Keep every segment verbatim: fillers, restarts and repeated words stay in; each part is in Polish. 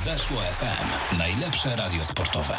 Weszło F M. Najlepsze radio sportowe.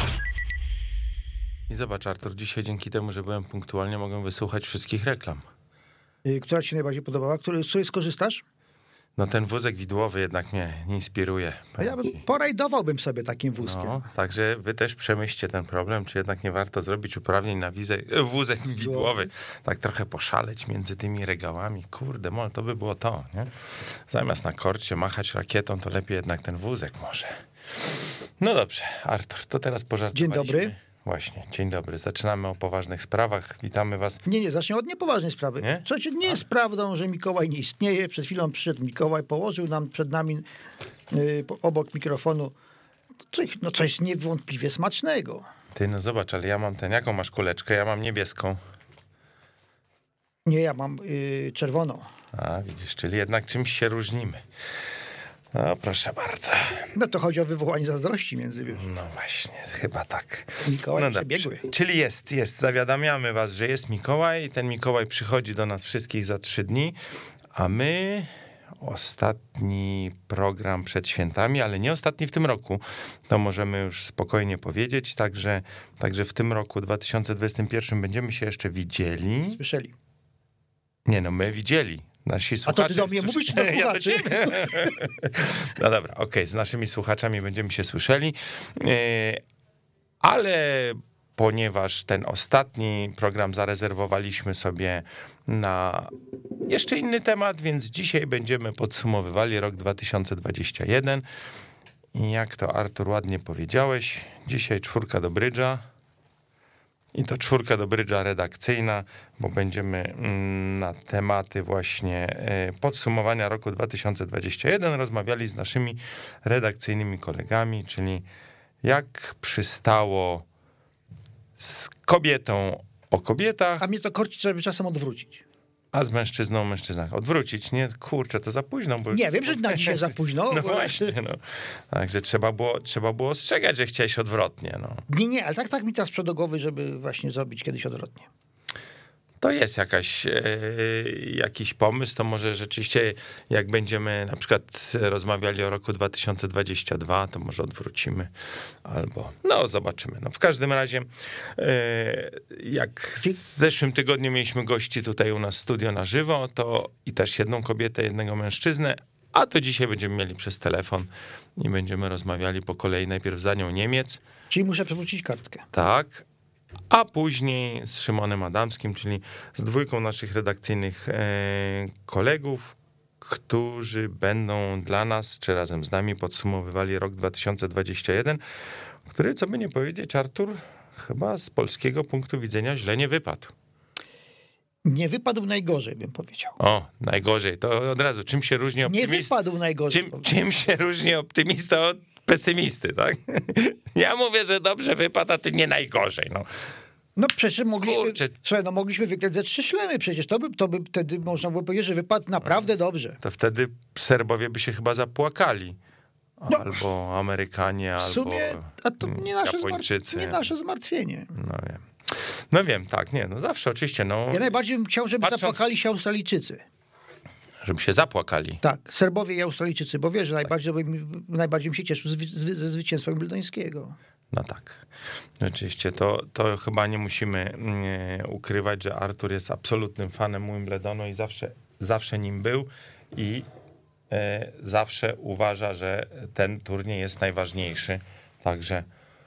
I zobacz, Artur, dzisiaj dzięki temu, że byłem punktualnie, mogę wysłuchać wszystkich reklam. Która ci się najbardziej podobała? Który, z której skorzystasz? No ten wózek widłowy jednak mnie inspiruje. No ja bym, porajdowałbym sobie takim wózkiem. No, także wy też przemyślcie ten problem, czy jednak nie warto zrobić uprawnień na wizek, wózek widłowy. Tak trochę poszaleć między tymi regałami. Kurde, mol, to by było to, nie? Zamiast na korcie machać rakietą, to lepiej jednak ten wózek może. No dobrze, Artur, to teraz pożartowaliśmy. Dzień dobry. Właśnie, dzień dobry. Zaczynamy o poważnych sprawach. Witamy was. Nie, nie, zacznijmy od niepoważnej sprawy. Nie? Słuchajcie, nie jest prawdą, że Mikołaj nie istnieje. Przed chwilą przyszedł Mikołaj, położył nam przed nami yy, obok mikrofonu coś, no coś niewątpliwie smacznego. Ty, no zobacz, ale ja mam ten, jaką masz kuleczkę? Ja mam niebieską. Nie, ja mam yy, czerwoną. A, widzisz, czyli jednak czymś się różnimy. No, proszę bardzo. No to chodzi o wywołanie zazdrości między wiesz. No właśnie, chyba tak. Mikołaj no przebiegły. Czyli jest, jest, zawiadamiamy was, że jest Mikołaj i ten Mikołaj przychodzi do nas wszystkich za trzy dni, a my ostatni program przed świętami, ale nie ostatni w tym roku, to możemy już spokojnie powiedzieć, także, także w tym roku dwa tysiące dwudziestym pierwszym będziemy się jeszcze widzieli. Słyszeli. Nie no, my widzieli. Nasi słuchacze. A to ty do mnie mówisz, czy do słuchaczy? Ja do no dobra, okej, okay, z naszymi słuchaczami będziemy się słyszeli, ale ponieważ ten ostatni program zarezerwowaliśmy sobie na jeszcze inny temat, więc dzisiaj będziemy podsumowywali rok dwa tysiące dwudziesty pierwszy. I jak to, Artur, ładnie powiedziałeś, dzisiaj czwórka do brydża. I to czwórka do brydża redakcyjna, bo będziemy na tematy właśnie podsumowania roku dwa tysiące dwudziestego pierwszego rozmawiali z naszymi redakcyjnymi kolegami, czyli jak przystało z kobietą o kobietach. A mnie to korci, żeby czasem odwrócić. A z mężczyzną o mężczyznach odwrócić. Nie, kurczę, to za późno. Bo... Nie, wiem, że na dzisiaj za późno. No bo... właśnie, no. Także trzeba było, trzeba było ostrzegać, że chciałeś odwrotnie. No. Nie, nie, ale tak, tak mi teraz przyszło do głowy, żeby właśnie zrobić kiedyś odwrotnie. To jest jakaś, e, jakiś pomysł, to może rzeczywiście jak będziemy na przykład rozmawiali o roku dwa tysiące dwudziestym drugim, to może odwrócimy albo, no zobaczymy. No, w każdym razie e, jak w zeszłym tygodniu mieliśmy gości tutaj u nas w studio na żywo, to i też jedną kobietę, jednego mężczyznę, a to dzisiaj będziemy mieli przez telefon i będziemy rozmawiali po kolei, najpierw za nią Niemiec. Czyli muszę przewrócić kartkę. Tak. A później z Szymonem Adamskim, czyli z dwójką naszych redakcyjnych e, kolegów, którzy będą dla nas, czy razem z nami podsumowywali rok dwa tysiące dwudziesty pierwszy, który, co by nie powiedzieć, Artur, chyba z polskiego punktu widzenia źle nie wypadł. Nie wypadł najgorzej, bym powiedział. O, najgorzej. To od razu, czym się różni optymista? Nie wypadł najgorzej. Czym, czym się różni optymista od pesymisty, tak? Ja mówię, że dobrze wypada, ty nie najgorzej, no. No przecież mogliśmy, Kurczę. słuchaj, no mogliśmy wygrać ze trzy szlemy, przecież to by, to by wtedy można było powiedzieć, że wypadł naprawdę dobrze. To wtedy Serbowie by się chyba zapłakali. No, albo Amerykanie, w sumie, albo a to nie nasze, Japończycy. zmar- nie nasze zmartwienie. No wiem. No wiem, tak, nie, no zawsze oczywiście, no. Ja najbardziej bym chciał, żeby Patrząc... zapłakali się Australijczycy. Żeby się zapłakali. Tak, Serbowie i Australijczycy, bo wiesz, że najbardziej, bym, najbardziej bym się cieszył z, z, ze zwycięstwa wimbledońskiego. No tak. Rzeczywiście, to, to chyba nie musimy nie, ukrywać, że Artur jest absolutnym fanem Wimbledonu i zawsze, zawsze nim był i e, zawsze uważa, że ten turniej jest najważniejszy. Także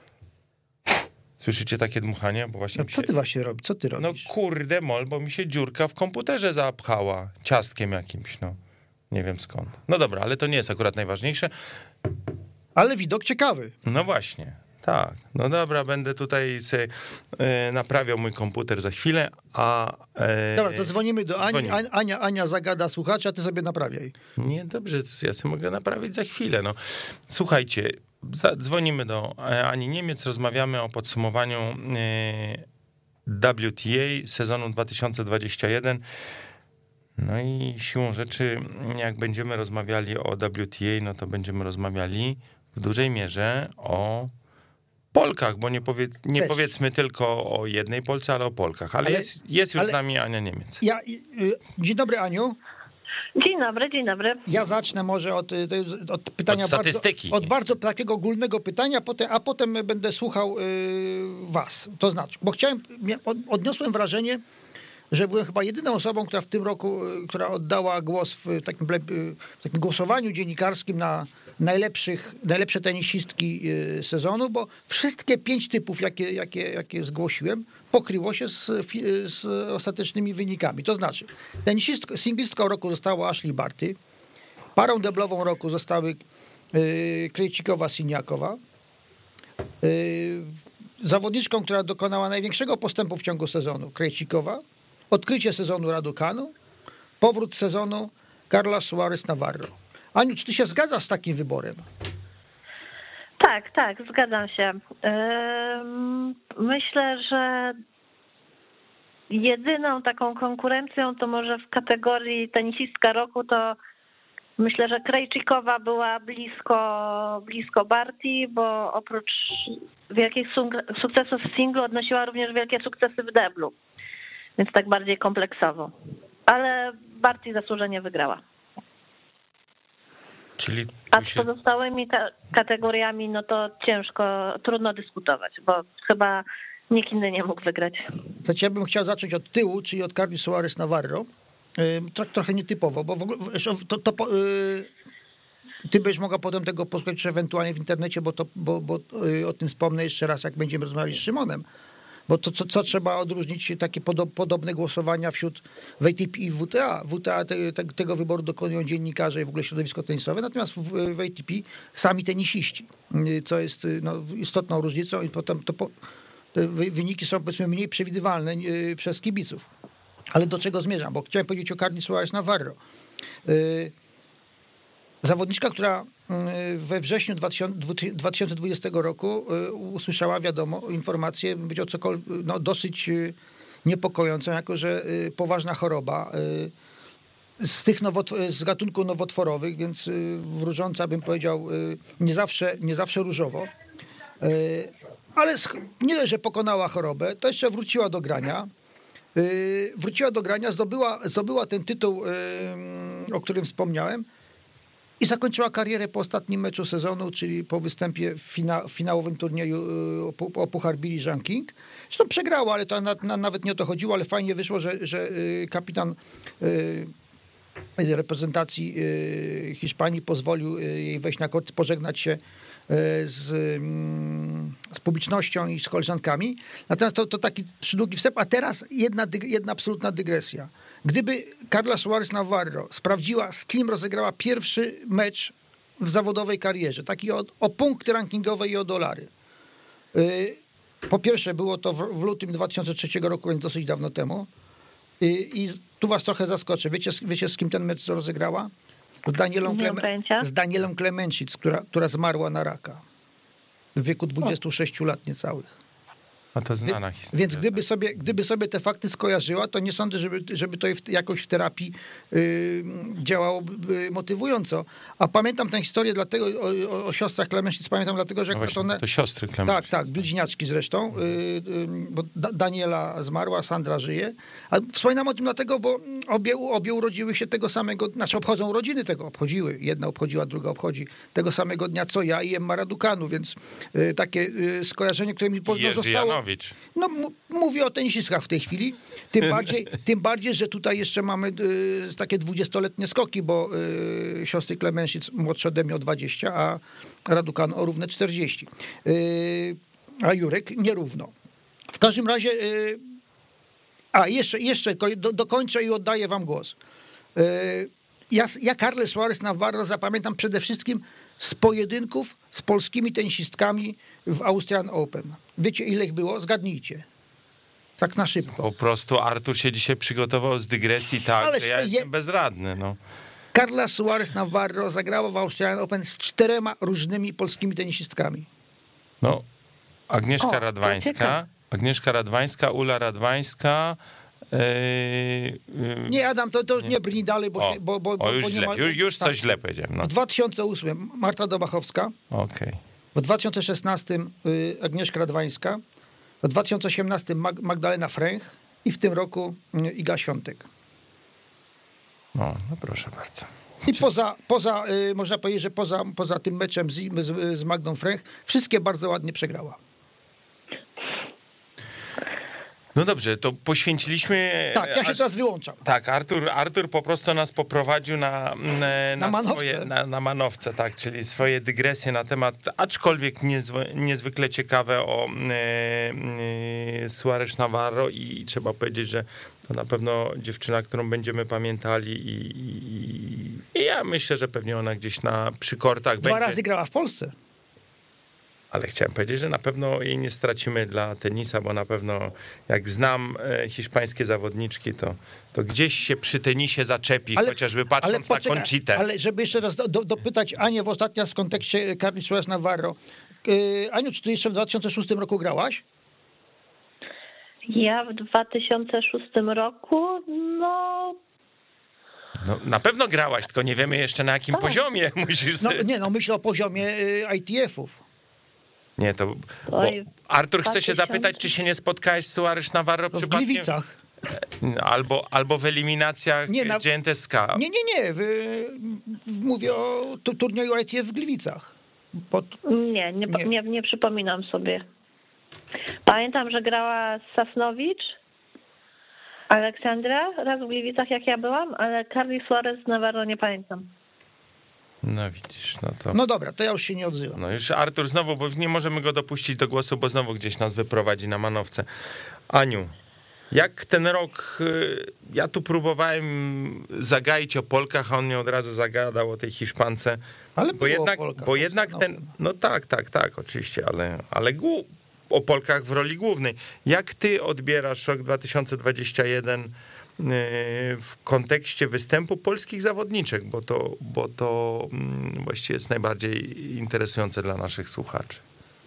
słyszycie takie dmuchanie? Bo właśnie No co ty się... właśnie robisz? Co ty No robisz? kurde mol, bo mi się dziurka w komputerze zapchała ciastkiem jakimś, no. Nie wiem skąd. No dobra, ale to nie jest akurat najważniejsze. Ale widok ciekawy. No właśnie, tak. No dobra, będę tutaj sobie e, naprawiał mój komputer za chwilę, a... E, Dobra, to dzwonimy do Ani. dzwonimy. Ania, Ania zagada słuchacza, ty sobie naprawiaj. Nie, dobrze, ja sobie mogę naprawić za chwilę, no. Słuchajcie, za, dzwonimy do Ani Niemiec, rozmawiamy o podsumowaniu e, W T A sezonu dwa tysiące dwudziestego pierwszego. No i siłą rzeczy, jak będziemy rozmawiali o W T A, no to będziemy rozmawiali w dużej mierze o Polkach, bo nie, powie, nie powiedzmy tylko o jednej Polce, ale o Polkach. Ale, ale jest, jest już ale, z nami Ania Niemiec. Ja, y, dzień dobry, Aniu. Dzień dobry, dzień dobry. Ja zacznę może od, od pytania Od statystyki. Bardzo, od bardzo takiego ogólnego pytania, potem, a potem będę słuchał yy, was. To znaczy, bo chciałem, odniosłem wrażenie, że byłem chyba jedyną osobą, która w tym roku, która oddała głos w takim, w takim głosowaniu dziennikarskim na najlepszych, najlepsze tenisistki sezonu, bo wszystkie pięć typów, jakie, jakie, jakie zgłosiłem, pokryło się z, z ostatecznymi wynikami. To znaczy, tenisistką, singlistką roku została Ashley Barty, parą deblową roku zostały yy, Krejcikowa, Siniakowa, yy, zawodniczką, która dokonała największego postępu w ciągu sezonu, Krejcikowa, odkrycie sezonu Raducanu, powrót sezonu Carla Suarez Navarro. Aniu, czy ty się zgadzasz z takim wyborem? Tak, tak, zgadzam się. Myślę, że jedyną taką konkurencją to może w kategorii tenisistka roku to myślę, że Krejcikowa była blisko, blisko Barty, bo oprócz wielkich sukcesów w singlu odnosiła również wielkie sukcesy w deblu. Więc tak bardziej kompleksowo. Ale Barty zasłużenie wygrała. Czyli A z pozostałymi ka- kategoriami, no to ciężko, trudno dyskutować, bo chyba nikt inny nie mógł wygrać. Ja bym chciał zacząć od tyłu, czyli od Carli Suarez Navarro. Tro- trochę nietypowo, bo w ogóle to, to, to yy, ty będziesz mogła potem tego posłuchać, czy ewentualnie w internecie, bo, to, bo, bo yy, o tym wspomnę jeszcze raz, jak będziemy rozmawiali z Szymonem. Bo to, co, co trzeba odróżnić, takie podo, podobne głosowania wśród w A T P i w W T A. W W T A te, te, tego wyboru dokonują dziennikarze i w ogóle środowisko tenisowe, natomiast w, w A T P sami tenisiści, co jest no, istotną różnicą i potem to po, te wyniki są powiedzmy mniej przewidywalne przez kibiców. Ale do czego zmierzam? Bo chciałem powiedzieć o Carli Suarez Navarro. Zawodniczka, która we wrześniu dwa tysiące dwudziestego roku usłyszała, wiadomo, informację, być o cokolwiek, no, dosyć niepokojącą, jako że poważna choroba z tych nowotw- z gatunku nowotworowych, więc wróżąca, bym powiedział, nie zawsze, nie zawsze różowo. Ale nie dość, że pokonała chorobę, to jeszcze wróciła do grania. Wróciła do grania, zdobyła, zdobyła ten tytuł, o którym wspomniałem, i zakończyła karierę po ostatnim meczu sezonu, czyli po występie w fina, finałowym turnieju o, o Puchar Billie Jean King. Zresztą przegrała, ale to na, na, nawet nie o to chodziło, ale fajnie wyszło, że, że kapitan reprezentacji Hiszpanii pozwolił jej wejść na kort, pożegnać się z, z publicznością i z koleżankami. Natomiast to, to taki przydługi wstęp. A teraz jedna, jedna absolutna dygresja. Gdyby Carla Suarez Navarro sprawdziła, z kim rozegrała pierwszy mecz w zawodowej karierze, taki o, o punkty rankingowe i o dolary. Po pierwsze, było to w, w lutym dwa tysiące trzeciego roku, więc dosyć dawno temu. I, i tu was trochę zaskoczę. Wiecie, wiecie, z kim ten mecz rozegrała? Z Danielą, Kleme, z Danielą Klemencic, która, która zmarła na raka w wieku dwudziestu sześciu lat niecałych. A to znana historia. Więc gdyby sobie, gdyby sobie te fakty skojarzyła, to nie sądzę, żeby, żeby to jakoś w terapii yy, działało motywująco. A pamiętam tę historię dlatego, o, o, o siostrach Klemencic, pamiętam dlatego, że no właśnie, one... To siostry Klemencic. Tak, tak, bliźniaczki zresztą, yy, yy, bo da, Daniela zmarła, Sandra żyje. A wspominam o tym dlatego, bo obie, obie urodziły się tego samego, znaczy obchodzą urodziny tego, obchodziły. Jedna obchodziła, druga obchodzi tego samego dnia, co ja i Emma Raducanu, więc yy, takie yy, skojarzenie, które mi pozostało... No, m- mówię o tenisistkach w tej chwili, tym bardziej, tym bardziej, że tutaj jeszcze mamy y, takie dwudziestoletnie skoki, bo y, siostry Klemencic młodsze ode mnie o dwadzieścia, a Raducan o równe czterdzieści. Y, a Jurek nierówno. W każdym razie, y, a jeszcze, jeszcze do, dokończę i oddaję wam głos. Y, ja, ja Carlę Suarez Navarro zapamiętam przede wszystkim z pojedynków z polskimi tenisistkami w Austrian Open. Wiecie, ile ich było? Zgadnijcie. Tak na szybko. Po prostu Artur się dzisiaj przygotował z dygresji tak, ale że ja jestem je... bezradny. No. Carla Suarez Navarro zagrała w Austrian Open z czterema różnymi polskimi tenisistkami. No, Agnieszka o, Radwańska, Agnieszka Radwańska, Ula Radwańska. Yy, nie, Adam, to, to nie brnij dalej, bo, o, bo, bo, o, już, bo nie źle, ma... już, już tak. coś źle powiedziałem. No. W dwa tysiące ósmym Marta Dobachowska. Okay. W dwa tysiące szesnastym Agnieszka Radwańska. W dwa tysiące osiemnastym Magdalena Fręch i w tym roku Iga Świątek. No, no proszę bardzo. I poza, poza można powiedzieć, że poza, poza tym meczem z, z, z Magdą Fręch, wszystkie bardzo ładnie przegrała. No dobrze, to poświęciliśmy... Tak, ja się aż, teraz wyłączam. Tak, Artur, Artur po prostu nas poprowadził na, na, Na manowce. swoje, na, na manowce, tak, czyli swoje dygresje na temat, aczkolwiek niezwy, niezwykle ciekawe o e, e, Suarez Navarro i trzeba powiedzieć, że to na pewno dziewczyna, którą będziemy pamiętali i, i, i ja myślę, że pewnie ona gdzieś na przy kortach Dwa będzie. razy grała w Polsce. Ale chciałem powiedzieć, że na pewno jej nie stracimy dla tenisa, bo na pewno jak znam hiszpańskie zawodniczki, to, to gdzieś się przy tenisie zaczepi, ale, chociażby patrząc ale poczekaj, na Conchitę. Ale żeby jeszcze raz do, do, dopytać Anię w ostatnia w kontekście Carli Suarez Navarro. Yy, Aniu, czy ty jeszcze w dwa tysiące szóstym roku grałaś? Ja w dwa tysiące szóstym roku, no... No, na pewno grałaś, tylko nie wiemy jeszcze na jakim tak. poziomie musisz... No, nie, no myślę o poziomie y, I T F-ów. Nie, to... Bo Artur chce się zapytać, czy się nie spotkałeś z Suarez Navarro no, przypadkiem? W Gliwicach. Albo, albo w eliminacjach nie, na... G N T S K. Nie, nie, nie. Wy... Mówię o tu, turnieju I T F w Gliwicach. Pod... Nie, nie, nie. Nie, nie przypominam sobie. Pamiętam, że grała Sasnowicz, Aleksandra raz w Gliwicach, jak ja byłam, ale Carli Suarez Navarro nie pamiętam. No widzisz, no to... No dobra, to ja już się nie odzywam. No już Artur znowu, bo nie możemy go dopuścić do głosu, bo znowu gdzieś nas wyprowadzi na manowce. Aniu, jak ten rok, ja tu próbowałem zagaić o Polkach, a on mnie od razu zagadał o tej Hiszpance. Ale bo jednak, Polkach, bo jednak ten, no tak, tak, tak, oczywiście, ale, ale głu, o Polkach w roli głównej. Jak ty odbierasz rok dwa tysiące dwudziesty pierwszy w kontekście występu polskich zawodniczek, bo to, bo to właściwie jest najbardziej interesujące dla naszych słuchaczy?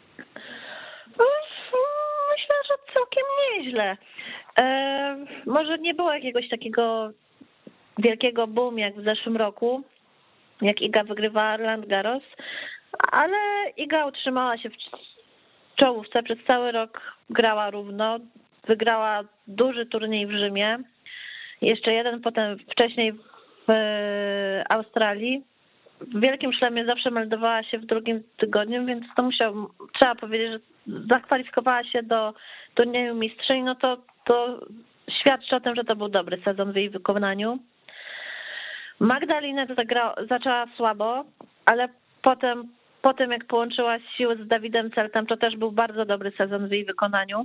Myślę, że całkiem nieźle. E, może nie było jakiegoś takiego wielkiego boom jak w zeszłym roku, jak Iga wygrywała Roland Garros, ale Iga utrzymała się w czołówce, przez cały rok grała równo, wygrała duży turniej w Rzymie, jeszcze jeden potem wcześniej w Australii. W Wielkim Szlemie zawsze meldowała się w drugim tygodniu, więc to musiał, trzeba powiedzieć, że zakwalifikowała się do turnieju mistrzyń, no to, to świadczy o tym, że to był dobry sezon w jej wykonaniu. Magdalena zagra, zaczęła słabo, ale potem, potem jak połączyła siły z Dawidem Celtem, to też był bardzo dobry sezon w jej wykonaniu.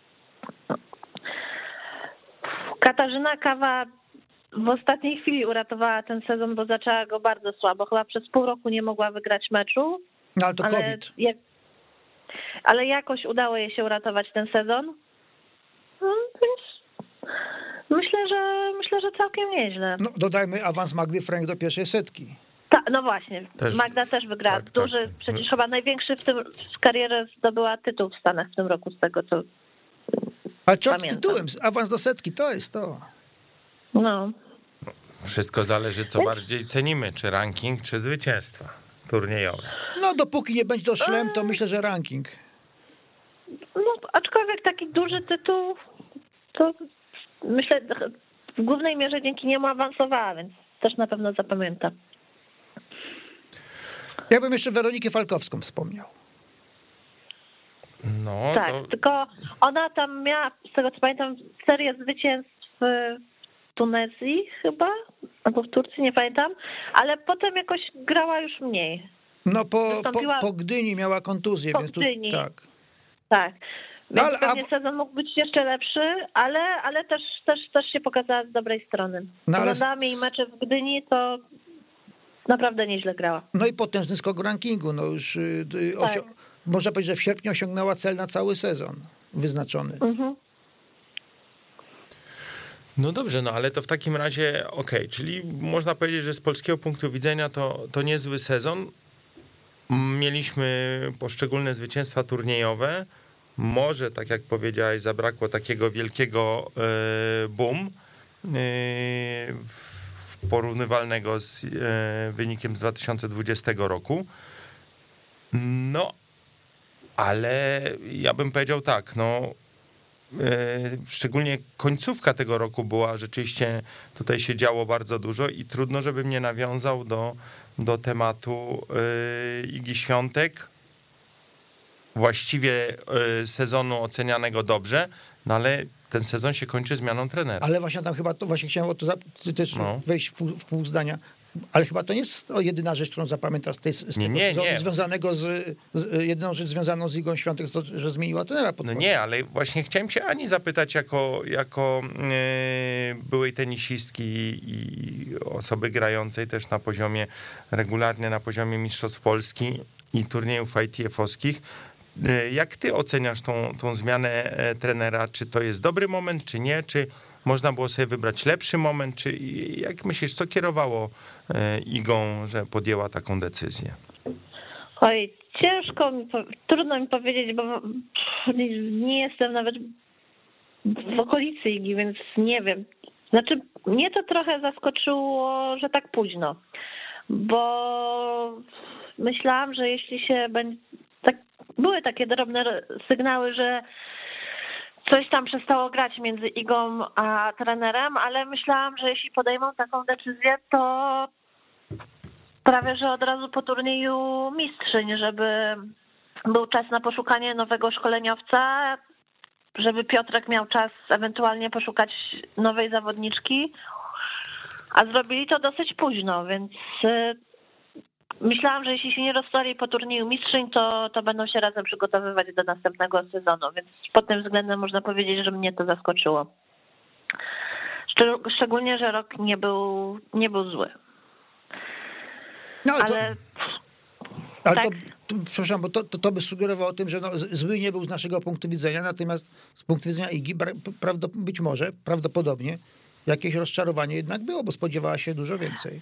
Katarzyna Kawa w ostatniej chwili uratowała ten sezon, bo zaczęła go bardzo słabo. Chyba przez pół roku nie mogła wygrać meczu. No ale to ale COVID. Jak, ale jakoś udało jej się uratować ten sezon. No, więc myślę, że myślę, że całkiem nieźle. No dodajmy awans Magdy Fręch do pierwszej setki. Ta, no właśnie, też, Magda też wygrała. Tak, Duży, tak, tak. przecież chyba największy w tym w karierze zdobyła tytuł w Stanach w tym roku, z tego co Ale co z pamiętam. tytułem? Awans do setki, to jest to. No. Wszystko zależy, co bardziej cenimy, czy ranking, czy zwycięstwa turniejowe. No dopóki nie będzie to szlem, to myślę, że ranking. No, aczkolwiek taki duży tytuł, to myślę, w głównej mierze dzięki niemu awansowała, więc też na pewno zapamiętam. Ja bym jeszcze Weronikę Falkowską wspomniał. No, tak, to... tylko ona tam miała, z tego co pamiętam, serię zwycięstw w Tunezji chyba, albo w Turcji, nie pamiętam, ale potem jakoś grała już mniej. No po, Wystąpiła... po, po Gdyni miała kontuzję, po więc tu, Gdyni. tak. Tak. Więc ale, pewnie a... sezon mógł być jeszcze lepszy, ale, ale też, też, też się pokazała z dobrej strony. No, ale... Oglądałam jej mecze w Gdyni, to naprawdę nieźle grała. No i potężny skok rankingu. No już y, osio... tak. Można powiedzieć, że w sierpniu osiągnęła cel na cały sezon wyznaczony. Mhm. No dobrze, no ale to w takim razie okej, okay, czyli można powiedzieć, że z polskiego punktu widzenia to, to niezły sezon. Mieliśmy poszczególne zwycięstwa turniejowe. Może, tak jak powiedziałeś, zabrakło takiego wielkiego y, boom y, w, porównywalnego z y, wynikiem z dwa tysiące dwudziestego roku. No, ale ja bym powiedział tak, no szczególnie końcówka tego roku była rzeczywiście, tutaj się działo bardzo dużo i trudno, żebym nie nawiązał do, do tematu Igi Świątek, właściwie sezonu ocenianego dobrze, no ale ten sezon się kończy zmianą trenera. Ale właśnie tam chyba, to właśnie chciałem o to też no. wejść w pół, w pół zdania, ale chyba to nie jest jedyna rzecz, którą zapamiętasz z, tej, z nie, tego nie, sezonu nie. związanego z, z, jedyną rzecz związaną z Igą Świątek, to, że zmieniła trenera. No nie, ale właśnie chciałem się Ani zapytać jako, jako yy, byłej tenisistki i osoby grającej też na poziomie, regularnie na poziomie Mistrzostw Polski i turniejów I T F-owskich. Jak ty oceniasz tą, tą zmianę trenera? Czy to jest dobry moment, czy nie? Czy można było sobie wybrać lepszy moment? Czy jak myślisz, co kierowało Igą, że podjęła taką decyzję? Oj, ciężko mi, trudno mi powiedzieć, bo nie jestem nawet w okolicy Igi, więc nie wiem. Znaczy, mnie to trochę zaskoczyło, że tak późno, bo myślałam, że jeśli się będzie... Tak, były takie drobne sygnały, że coś tam przestało grać między Igą a trenerem, ale myślałam, że jeśli podejmą taką decyzję, to prawie że od razu po turnieju mistrzyń, żeby był czas na poszukanie nowego szkoleniowca, żeby Piotrek miał czas ewentualnie poszukać nowej zawodniczki, a zrobili to dosyć późno, więc myślałam, że jeśli się nie rozstali po turnieju mistrzyń, to, to będą się razem przygotowywać do następnego sezonu, więc pod tym względem można powiedzieć, że mnie to zaskoczyło. Szczególnie, że rok nie był, nie był zły. No, ale... ale... Ale tak? to, to, przepraszam, bo to, to, to by sugerowało tym, że no, zły nie był z naszego punktu widzenia, natomiast z punktu widzenia Igi prawdop- być może, prawdopodobnie jakieś rozczarowanie jednak było, bo spodziewała się dużo więcej.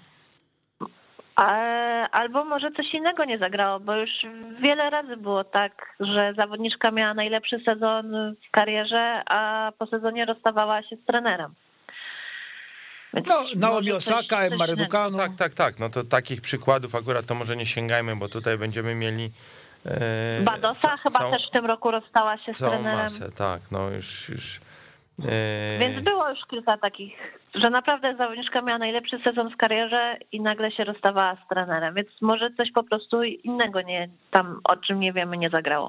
Albo może coś innego nie zagrało, bo już wiele razy było tak, że zawodniczka miała najlepszy sezon w karierze, a po sezonie rozstawała się z trenerem. Więc no, Naomi Osaka, Emma Raducanu. Tak, tak, tak. No to takich przykładów akurat to może nie sięgajmy, bo tutaj będziemy mieli... E, Badosa ca- chyba całą, też w tym roku rozstała się z całą trenerem. Masę, tak, no już... już e... Więc było już kilka takich, że naprawdę zawodniczka miała najlepszy sezon w karierze i nagle się rozstawała z trenerem, więc może coś po prostu innego nie, tam, o czym nie wiemy, nie zagrało.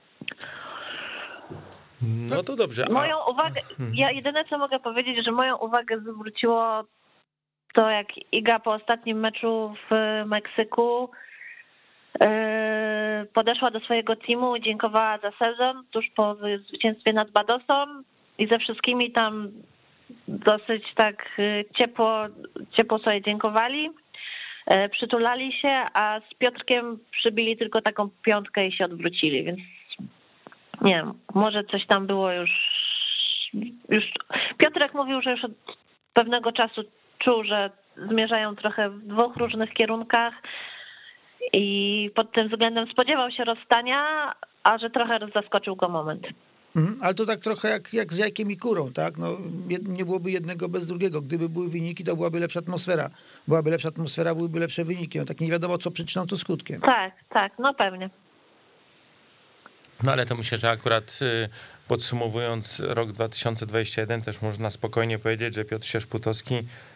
No to dobrze. A... Moją uwagę, ja jedyne co mogę powiedzieć, że moją uwagę zwróciło to, jak Iga po ostatnim meczu w Meksyku podeszła do swojego teamu i dziękowała za sezon tuż po zwycięstwie nad Badosą i ze wszystkimi tam dosyć tak ciepło, ciepło sobie dziękowali, przytulali się, a z Piotrkiem przybili tylko taką piątkę i się odwrócili, więc nie wiem, może coś tam było już, już... Piotrek mówił, że już od pewnego czasu czuł, że zmierzają trochę w dwóch różnych kierunkach i pod tym względem spodziewał się rozstania, a że trochę zaskoczył go moment. Mhm, ale to tak trochę jak, jak z jajkiem i kurą, tak? No, nie byłoby jednego bez drugiego. Gdyby były wyniki, to byłaby lepsza atmosfera. Byłaby lepsza atmosfera, byłyby lepsze wyniki. No, tak nie wiadomo, co przyczyną, to skutkiem. Tak, tak, no pewnie. No ale to myślę, że akurat podsumowując rok dwa tysiące dwudziesty pierwszy też można spokojnie powiedzieć, że Piotr Sierz-Putowski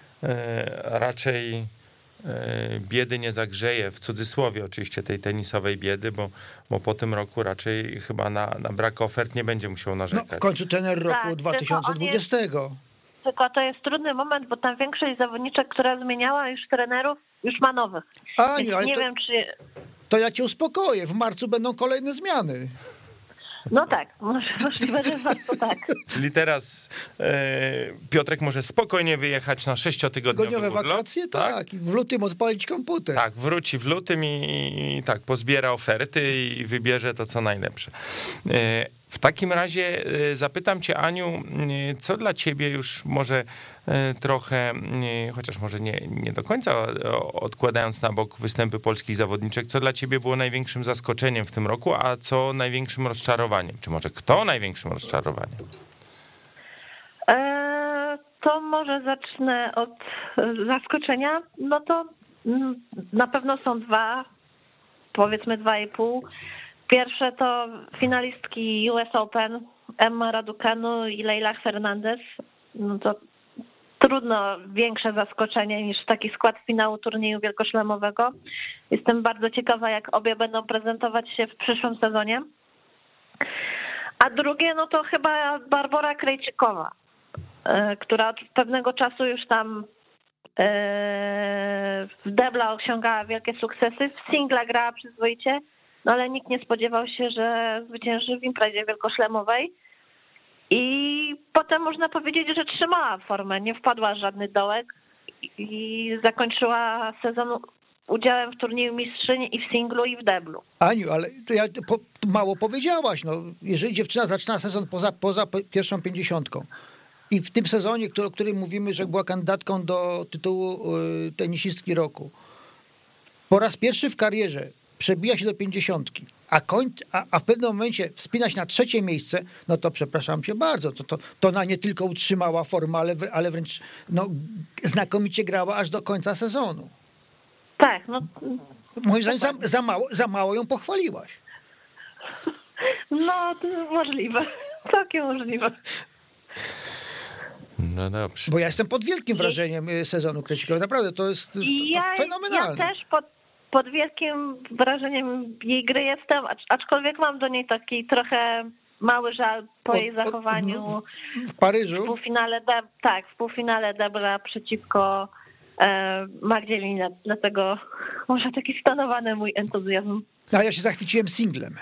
raczej biedy nie zagrzeje, w cudzysłowie oczywiście tej tenisowej biedy, bo, bo po tym roku raczej chyba na, na brak ofert nie będzie musiał narzekać. No w końcu trener roku tak, dwa tysiące dwudziestego. Tylko, jest, tylko to jest trudny moment, bo tam większość zawodniczek, która zmieniała już trenerów, już ma nowych. A, nie, ale nie to, wiem, czy... To ja cię uspokoję, w marcu będą kolejne zmiany. No tak, możliwe, że to tak. Czyli teraz e, Piotrek może spokojnie wyjechać na sześciotygodniowy Tygodniowe urlop, wakacje, tak? tak. I w lutym odpalić komputer. Tak, wróci w lutym i, i tak pozbiera oferty i wybierze to, co najlepsze. E, w takim razie zapytam cię, Aniu, co dla ciebie już może trochę, chociaż może nie, nie do końca odkładając na bok występy polskich zawodniczek, co dla ciebie było największym zaskoczeniem w tym roku, a co największym rozczarowaniem? Czy może kto największym rozczarowaniem? E, to może zacznę od zaskoczenia. No to na pewno są dwa, powiedzmy dwa i pół. Pierwsze to finalistki U S Open, Emma Raducanu i Leila Fernandez, no to trudno większe zaskoczenie niż taki skład finału turnieju wielkoszlemowego. Jestem bardzo ciekawa, jak obie będą prezentować się w przyszłym sezonie. A drugie, no to chyba Barbora Krejcikowa, która od pewnego czasu już tam w debla osiągała wielkie sukcesy, w singla grała przyzwoicie, no ale nikt nie spodziewał się, że zwycięży w imprezie wielkoszlemowej. I potem można powiedzieć, że trzymała formę, nie wpadła w żadny dołek i zakończyła sezon udziałem w turnieju mistrzyni i w singlu, i w deblu. Aniu, ale to ja po, mało powiedziałaś. No, jeżeli dziewczyna zaczyna sezon poza, poza pierwszą pięćdziesiątką i w tym sezonie, o którym mówimy, że była kandydatką do tytułu tenisistki roku, po raz pierwszy w karierze przebija się do pięćdziesiątki, a, koń, a, a w pewnym momencie wspina się na trzecie miejsce, no to przepraszam cię bardzo, to, to, to ona nie tylko utrzymała formę, ale, ale wręcz no, znakomicie grała aż do końca sezonu. Tak, no. Moim zdaniem za, za, mało, za mało ją pochwaliłaś. No, to możliwe. Całkiem możliwe. No dobrze. Bo ja jestem pod wielkim wrażeniem sezonu Krejcikowej. Naprawdę, to jest to, to ja, fenomenalne. Ja też pod, pod wielkim wrażeniem jej gry jestem, aczkolwiek mam do niej taki trochę mały żal po o, jej zachowaniu. O, w Paryżu? W półfinale, de, tak, w półfinale debla przeciwko e, Magdzie Linet. Dlatego może taki stonowany mój entuzjazm. A ja się zachwyciłem singlem.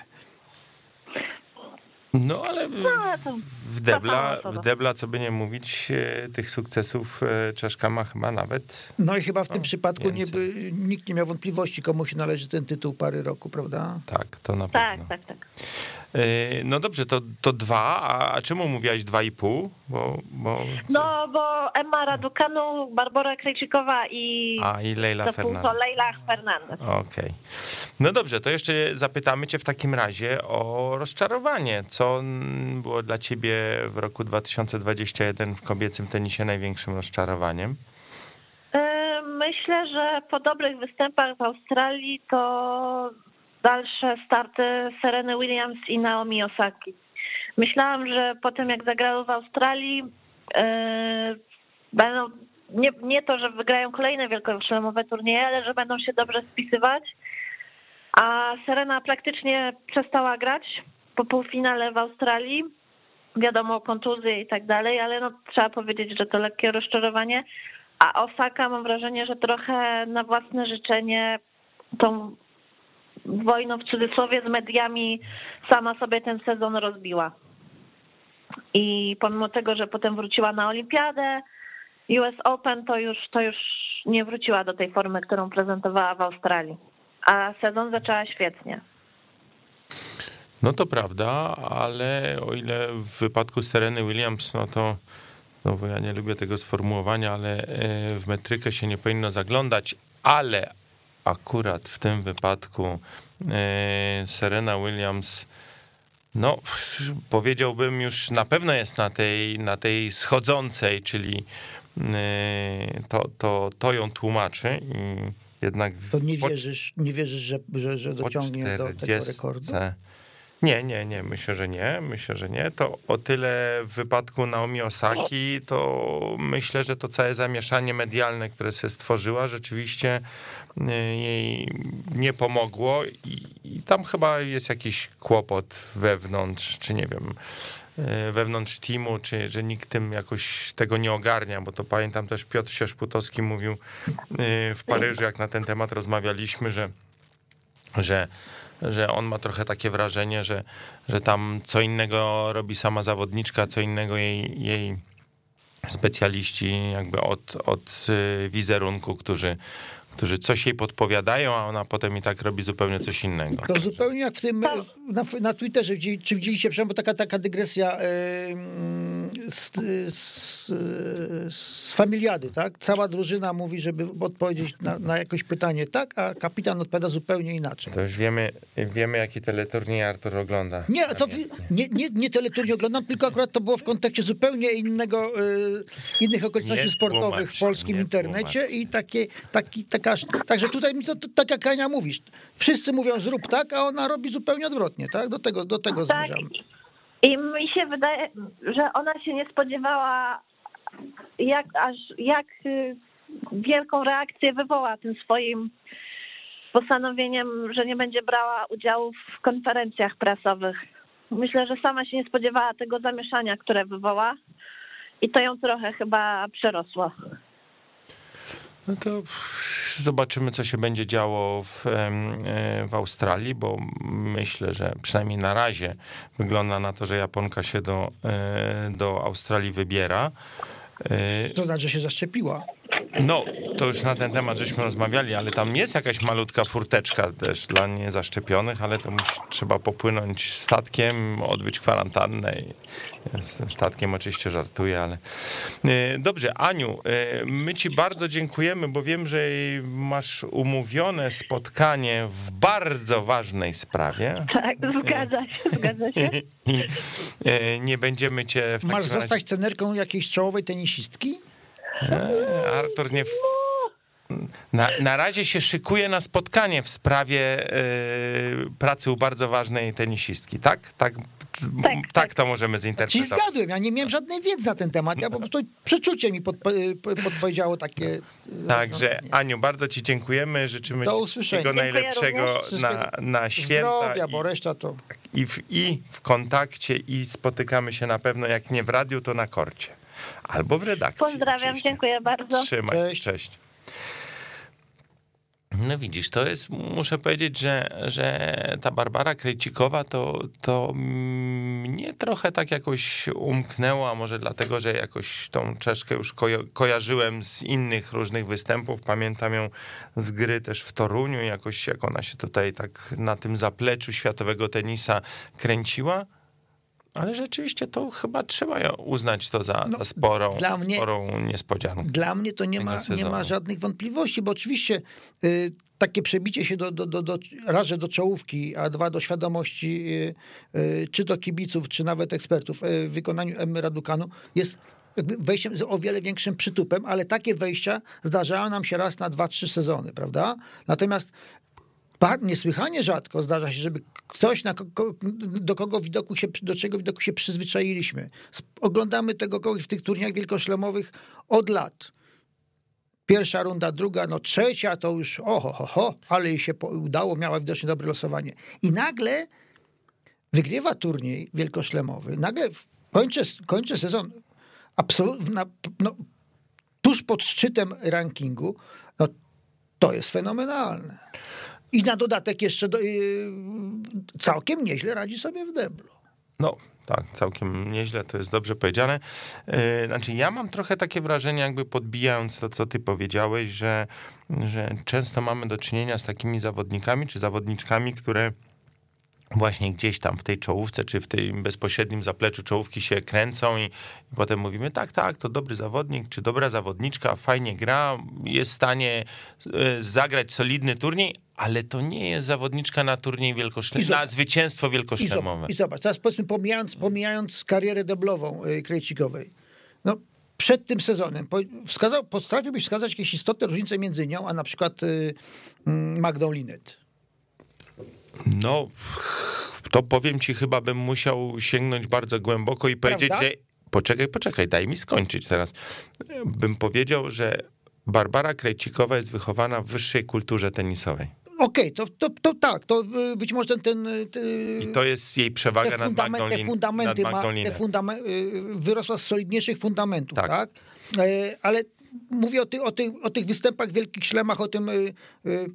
No ale w, w debla, w debla, co by nie mówić, tych sukcesów Czeszka ma chyba nawet. No i chyba w tym o, przypadku nie by, nikt nie miał wątpliwości, komu się należy ten tytuł pary roku, prawda? Tak, to na tak, pewno. Tak, tak, tak. No dobrze, to, to dwa, a, a czemu mówiłaś dwa i pół? Bo, bo... No, bo Emma Raducanu, Barbora Krejcikowa i... A, i Leila Fernandez. To Leila Fernandez. Okej. Okay. No dobrze, to jeszcze zapytamy cię w takim razie o rozczarowanie. Co było dla ciebie w roku dwa tysiące dwudziestym pierwszym w kobiecym tenisie największym rozczarowaniem? Myślę, że po dobrych występach w Australii to dalsze starty Sereny Williams i Naomi Osaki. Myślałam, że po tym jak zagrały w Australii yy, będą, nie, nie to, że wygrają kolejne wielkoszlemowe turnieje, ale że będą się dobrze spisywać, a Serena praktycznie przestała grać po półfinale w Australii. Wiadomo, kontuzje i tak dalej, ale no, trzeba powiedzieć, że to lekkie rozczarowanie, a Osaka mam wrażenie, że trochę na własne życzenie tą wojną w cudzysłowie z mediami sama sobie ten sezon rozbiła. I pomimo tego, że potem wróciła na olimpiadę, U S Open, to już, to już nie wróciła do tej formy, którą prezentowała w Australii. A sezon zaczęła świetnie. No to prawda, ale o ile w wypadku Sereny Williams, no to znowu ja nie lubię tego sformułowania, ale w metrykę się nie powinno zaglądać, ale akurat w tym wypadku Serena Williams, no powiedziałbym już na pewno jest na tej, na tej schodzącej, czyli to, to, to ją tłumaczy i jednak... To nie wierzysz, nie wierzysz, że, że, że dociągnie do tego rekordu? Nie, nie, nie, myślę, że nie, myślę, że nie. To o tyle w wypadku Naomi Osaki, to myślę, że to całe zamieszanie medialne, które się stworzyła, rzeczywiście jej nie pomogło i, i tam chyba jest jakiś kłopot wewnątrz, czy nie wiem, wewnątrz teamu, czy że nikt tym jakoś tego nie ogarnia, bo to pamiętam też Piotr Sierzputowski mówił w Paryżu, jak na ten temat rozmawialiśmy, że że że on ma trochę takie wrażenie, że, że tam co innego robi sama zawodniczka, co innego jej, jej specjaliści jakby od, od wizerunku, którzy, którzy coś jej podpowiadają, a ona potem i tak robi zupełnie coś innego. To zupełnie jak w tym, na, na Twitterze, czy widzieliście, bo taka, taka dygresja z, z, z Familiady, tak? Cała drużyna mówi, żeby odpowiedzieć na, na jakieś pytanie tak, a kapitan odpowiada zupełnie inaczej. To już wiemy, wiemy jaki teleturniej Artur ogląda. Nie, to nie, nie, nie teleturniej oglądam, tylko akurat to było w kontekście zupełnie innego, innych okoliczności nie sportowych tłumacz, w polskim internecie tłumacz. i takie, taki, taka, także tutaj mi to, to tak jak Ania mówisz, wszyscy mówią zrób tak, a ona robi zupełnie odwrotnie, tak? Do tego, do tego tak. zmierzamy. I mi się wydaje, że ona się nie spodziewała, jak aż jak wielką reakcję wywoła tym swoim postanowieniem, że nie będzie brała udziału w konferencjach prasowych. Myślę, że sama się nie spodziewała tego zamieszania, które wywoła i to ją trochę chyba przerosło. No to zobaczymy, co się będzie działo w, w Australii, bo myślę, że przynajmniej na razie wygląda na to, że Japonka się do, do Australii wybiera. To znaczy, że się zaszczepiła. No, to już na ten temat żeśmy rozmawiali, ale tam jest jakaś malutka furteczka też dla niezaszczepionych, ale to musi, trzeba popłynąć statkiem, odbyć kwarantannę. I z tym statkiem oczywiście żartuję, ale... Dobrze, Aniu, my ci bardzo dziękujemy, bo wiem, że masz umówione spotkanie w bardzo ważnej sprawie. Tak, zgadza się, zgadza się. I nie będziemy cię w takim Masz razie... zostać trenerką jakiejś czołowej tenisistki? Artur nie... W... Na, na razie się szykuje na spotkanie w sprawie yy, pracy u bardzo ważnej tenisistki, tak? Tak, tak, tak to możemy Ci zinterpretować. zgadłem, ja nie miałem żadnej wiedzy na ten temat, ja po prostu przeczucie mi podpo, podpowiedziało takie... Także Aniu, bardzo ci dziękujemy, życzymy Do ci usłyszenia. wszystkiego najlepszego Wszystkiego na, na święta. Zdrowia, i, bo reszta to... i, w, I w kontakcie i spotykamy się na pewno, jak nie w radiu, to na korcie. Albo w redakcji. Pozdrawiam, oczywiście. dziękuję bardzo. Trzymaj, Cześć. cześć. No widzisz, to jest, muszę powiedzieć, że, że ta Barbara Krejcikowa to, to mnie trochę tak jakoś umknęło, a może dlatego, że jakoś tą Czeszkę już ko- kojarzyłem z innych różnych występów. Pamiętam ją z gry też w Toruniu, jakoś jak ona się tutaj tak na tym zapleczu światowego tenisa kręciła. Ale rzeczywiście to chyba trzeba uznać to za, no, za sporą, dla mnie, sporą niespodziankę. Dla mnie to nie ma, nie ma żadnych wątpliwości, bo oczywiście y, takie przebicie się do, do, do, do, raz, że do czołówki, a dwa do świadomości y, y, czy to kibiców, czy nawet ekspertów y, w wykonaniu Emmy Raducanu jest jakby wejściem z o wiele większym przytupem, ale takie wejścia zdarzają nam się raz na dwa, trzy sezony, prawda? Natomiast niesłychanie rzadko zdarza się, żeby ktoś, na kogo, do kogo widoku się, do czego widoku się przyzwyczailiśmy. Oglądamy tego kogoś w tych turniejach wielkoszlemowych od lat. Pierwsza runda, druga, no trzecia to już oho, ho, ho, ale jej się udało, miała widocznie dobre losowanie. I nagle wygrywa turniej wielkoszlemowy, nagle kończy, kończy sezon absolutnie no, tuż pod szczytem rankingu, no to jest fenomenalne. I na dodatek jeszcze do, yy, całkiem nieźle radzi sobie w deblu. No, tak, całkiem nieźle, to jest dobrze powiedziane. Yy, znaczy ja mam trochę takie wrażenie, jakby podbijając to, co ty powiedziałeś, że, że często mamy do czynienia z takimi zawodnikami czy zawodniczkami, które właśnie gdzieś tam w tej czołówce, czy w tym bezpośrednim zapleczu czołówki się kręcą i, i potem mówimy, tak, tak, to dobry zawodnik, czy dobra zawodniczka, fajnie gra, jest w stanie y, zagrać solidny turniej, ale to nie jest zawodniczka na turniej wielkoszlemowy, na zwycięstwo wielkoszlemowe. I zobacz, teraz powiedzmy pomijając, pomijając karierę deblową y, Krejcikowej, no przed tym sezonem wskazał, potrafiłbyś wskazać jakieś istotne różnice między nią, a na przykład y, y, Magdą Linet? No, to powiem ci, chyba bym musiał sięgnąć bardzo głęboko i powiedzieć, Prawda? że... Poczekaj, poczekaj, daj mi skończyć teraz. Bym powiedział, że Barbara Krejcikowa jest wychowana w wyższej kulturze tenisowej. Okej, okay, to, to, to tak, to być może ten... ten, ten I to jest jej przewaga nad Magdą Linet. Te fundamenty ma, te fundament, wyrosła z solidniejszych fundamentów, tak? tak? Ale mówię o, ty, o, ty, o tych występach w wielkich szlemach, o tym y, y, y,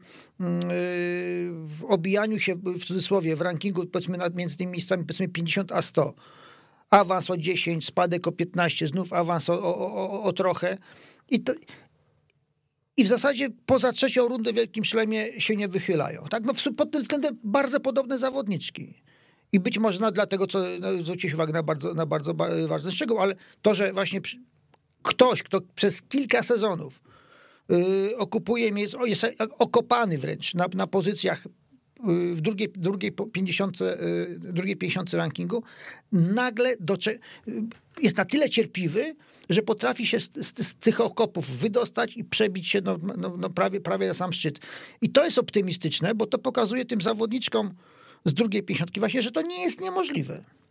w obijaniu się, w cudzysłowie, w rankingu, powiedzmy, między tymi miejscami, powiedzmy, pięćdziesiąt a sto. Awans o dziesięć, spadek o piętnaście, znów awans o, o, o, o trochę. I, to, I w zasadzie poza trzecią rundę w wielkim szlemie się nie wychylają. Tak? No, pod tym względem bardzo podobne zawodniczki. I być może no, dlatego, co no, zwróciłeś uwagę na bardzo, na bardzo ważny szczegół, ale to, że właśnie przy, ktoś, kto przez kilka sezonów yy, okupuje miejsce, jest okopany wręcz na, na pozycjach yy, w drugiej, drugiej, pięćdziesiątce, yy, drugiej pięćdziesiątce rankingu, nagle docze- yy, jest na tyle cierpliwy, że potrafi się z, z, z tych okopów wydostać i przebić się no, no, no prawie, prawie na sam szczyt. I to jest optymistyczne, bo to pokazuje tym zawodniczkom z drugiej pięćdziesiątki właśnie, że to nie jest niemożliwe.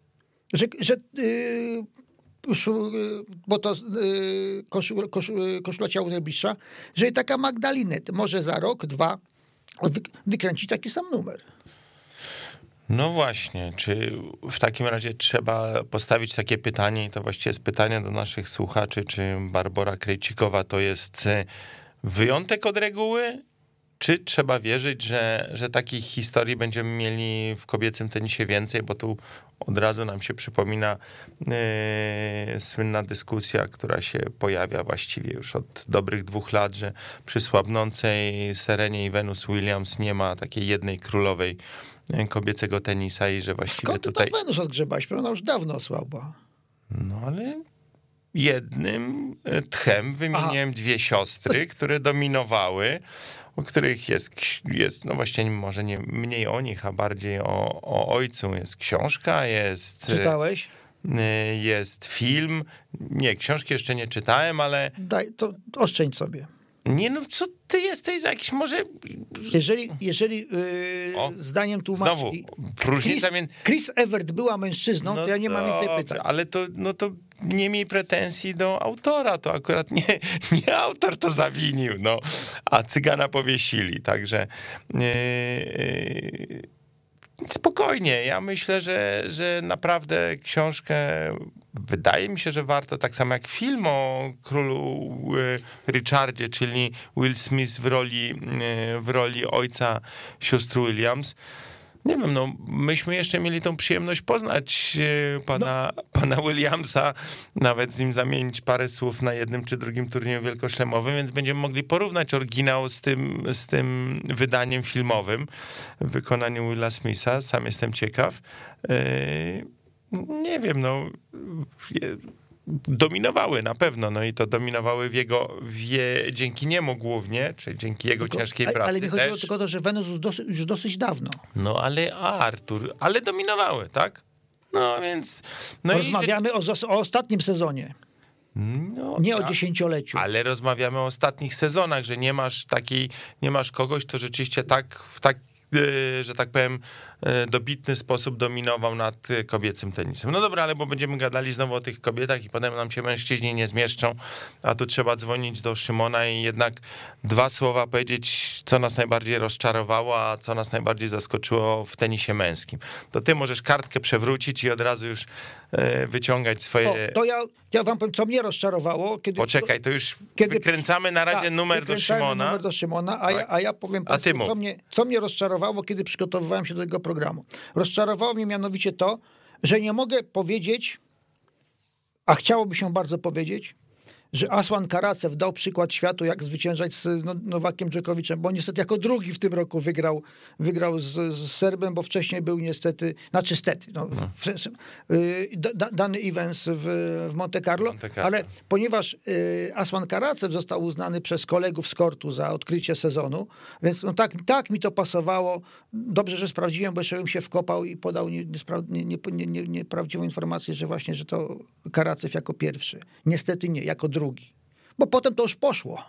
że, że yy, bo to yy, koszula, koszula, koszula ciału najbliższa, że taka Magdalinet może za rok, dwa wy, wykręcić taki sam numer. No właśnie, czy w takim razie trzeba postawić takie pytanie, i to właściwie jest pytanie do naszych słuchaczy, czy Barbora Krejcikowa to jest wyjątek od reguły, czy trzeba wierzyć, że, że takich historii będziemy mieli w kobiecym tenisie więcej, bo tu od razu nam się przypomina yy, słynna dyskusja, która się pojawia właściwie już od dobrych dwóch lat, że przy słabnącej Serenie i Venus Williams nie ma takiej jednej królowej kobiecego tenisa i że właściwie Skąd tutaj... to Wenus odgrzebaś? Ona już dawno słaba. No ale jednym tchem wymieniłem Aha. dwie siostry, które dominowały, o których jest, jest, no właśnie może nie mniej o nich, a bardziej o, o ojcu. Jest książka, jest... Czytałeś? Jest film. Nie, książki jeszcze nie czytałem, ale... Daj, to oszczędź sobie. Nie, no co ty jesteś za jakiś może... Jeżeli, jeżeli yy, o, zdaniem tłumaczy... Znowu, różnica między... Chris Evert była mężczyzną, no to ja nie mam więcej pytań. Ale to, no to nie miej pretensji do autora, to akurat nie, nie autor to zawinił, no, a Cygana powiesili, także... Yy, spokojnie, ja myślę, że, że naprawdę książkę wydaje mi się, że warto, tak samo jak film o królu Richardzie, czyli Will Smith w roli, w roli ojca sióstr Williams. Nie wiem, no myśmy jeszcze mieli tą przyjemność poznać pana, no. pana Williamsa, nawet z nim zamienić parę słów na jednym czy drugim turnieju wielkoszlemowym, więc będziemy mogli porównać oryginał z tym, z tym wydaniem filmowym w wykonaniu Willa Smitha. Sam jestem ciekaw. Nie wiem, no... dominowały na pewno, no i to dominowały w jego, w je, dzięki niemu głównie, czyli dzięki jego tylko, ciężkiej pracy. Ale mi chodziło też. tylko o to, że Wenus już dosyć, już dosyć dawno. No ale a Artur, ale dominowały, tak? No więc... No rozmawiamy i, że... o, o ostatnim sezonie. No, nie tak, o dziesięcioleciu. Ale rozmawiamy o ostatnich sezonach, że nie masz takiej, nie masz kogoś, kto rzeczywiście tak, w tak, że tak powiem, dobitny sposób dominował nad kobiecym tenisem. No dobra, ale bo będziemy gadali znowu o tych kobietach i potem nam się mężczyźni nie zmieszczą, a tu trzeba dzwonić do Szymona i jednak dwa słowa powiedzieć, co nas najbardziej rozczarowało, a co nas najbardziej zaskoczyło w tenisie męskim. To ty możesz kartkę przewrócić i od razu już wyciągać swoje... O, to ja, ja wam powiem, co mnie rozczarowało. Kiedy, Poczekaj, to już kiedy, wykręcamy na razie tak, numer do Szymona. numer do Szymona, a, tak. ja, a ja powiem państwu, co mnie, co mnie rozczarowało, kiedy przygotowywałem się do tego programu. Rozczarowało mnie mianowicie to, że nie mogę powiedzieć, a chciałoby się bardzo powiedzieć, że Aslan Karacev dał przykład światu, jak zwyciężać z Nowakiem Dżokowiczem, bo niestety jako drugi w tym roku wygrał, wygrał z, z Serbem, bo wcześniej był niestety, znaczy stety, no, no. Da, dany Evans w, w Monte Carlo, Monte Carlo, ale ponieważ y, Aslan Karacev został uznany przez kolegów z kortu za odkrycie sezonu, więc no tak, tak mi to pasowało. Dobrze, że sprawdziłem, bo jeszcze bym się wkopał i podał nieprawdziwą nie, nie, nie, nie, nie informację, że właśnie, że to Karacev jako pierwszy. Niestety nie, jako drugi. Bo potem to już poszło.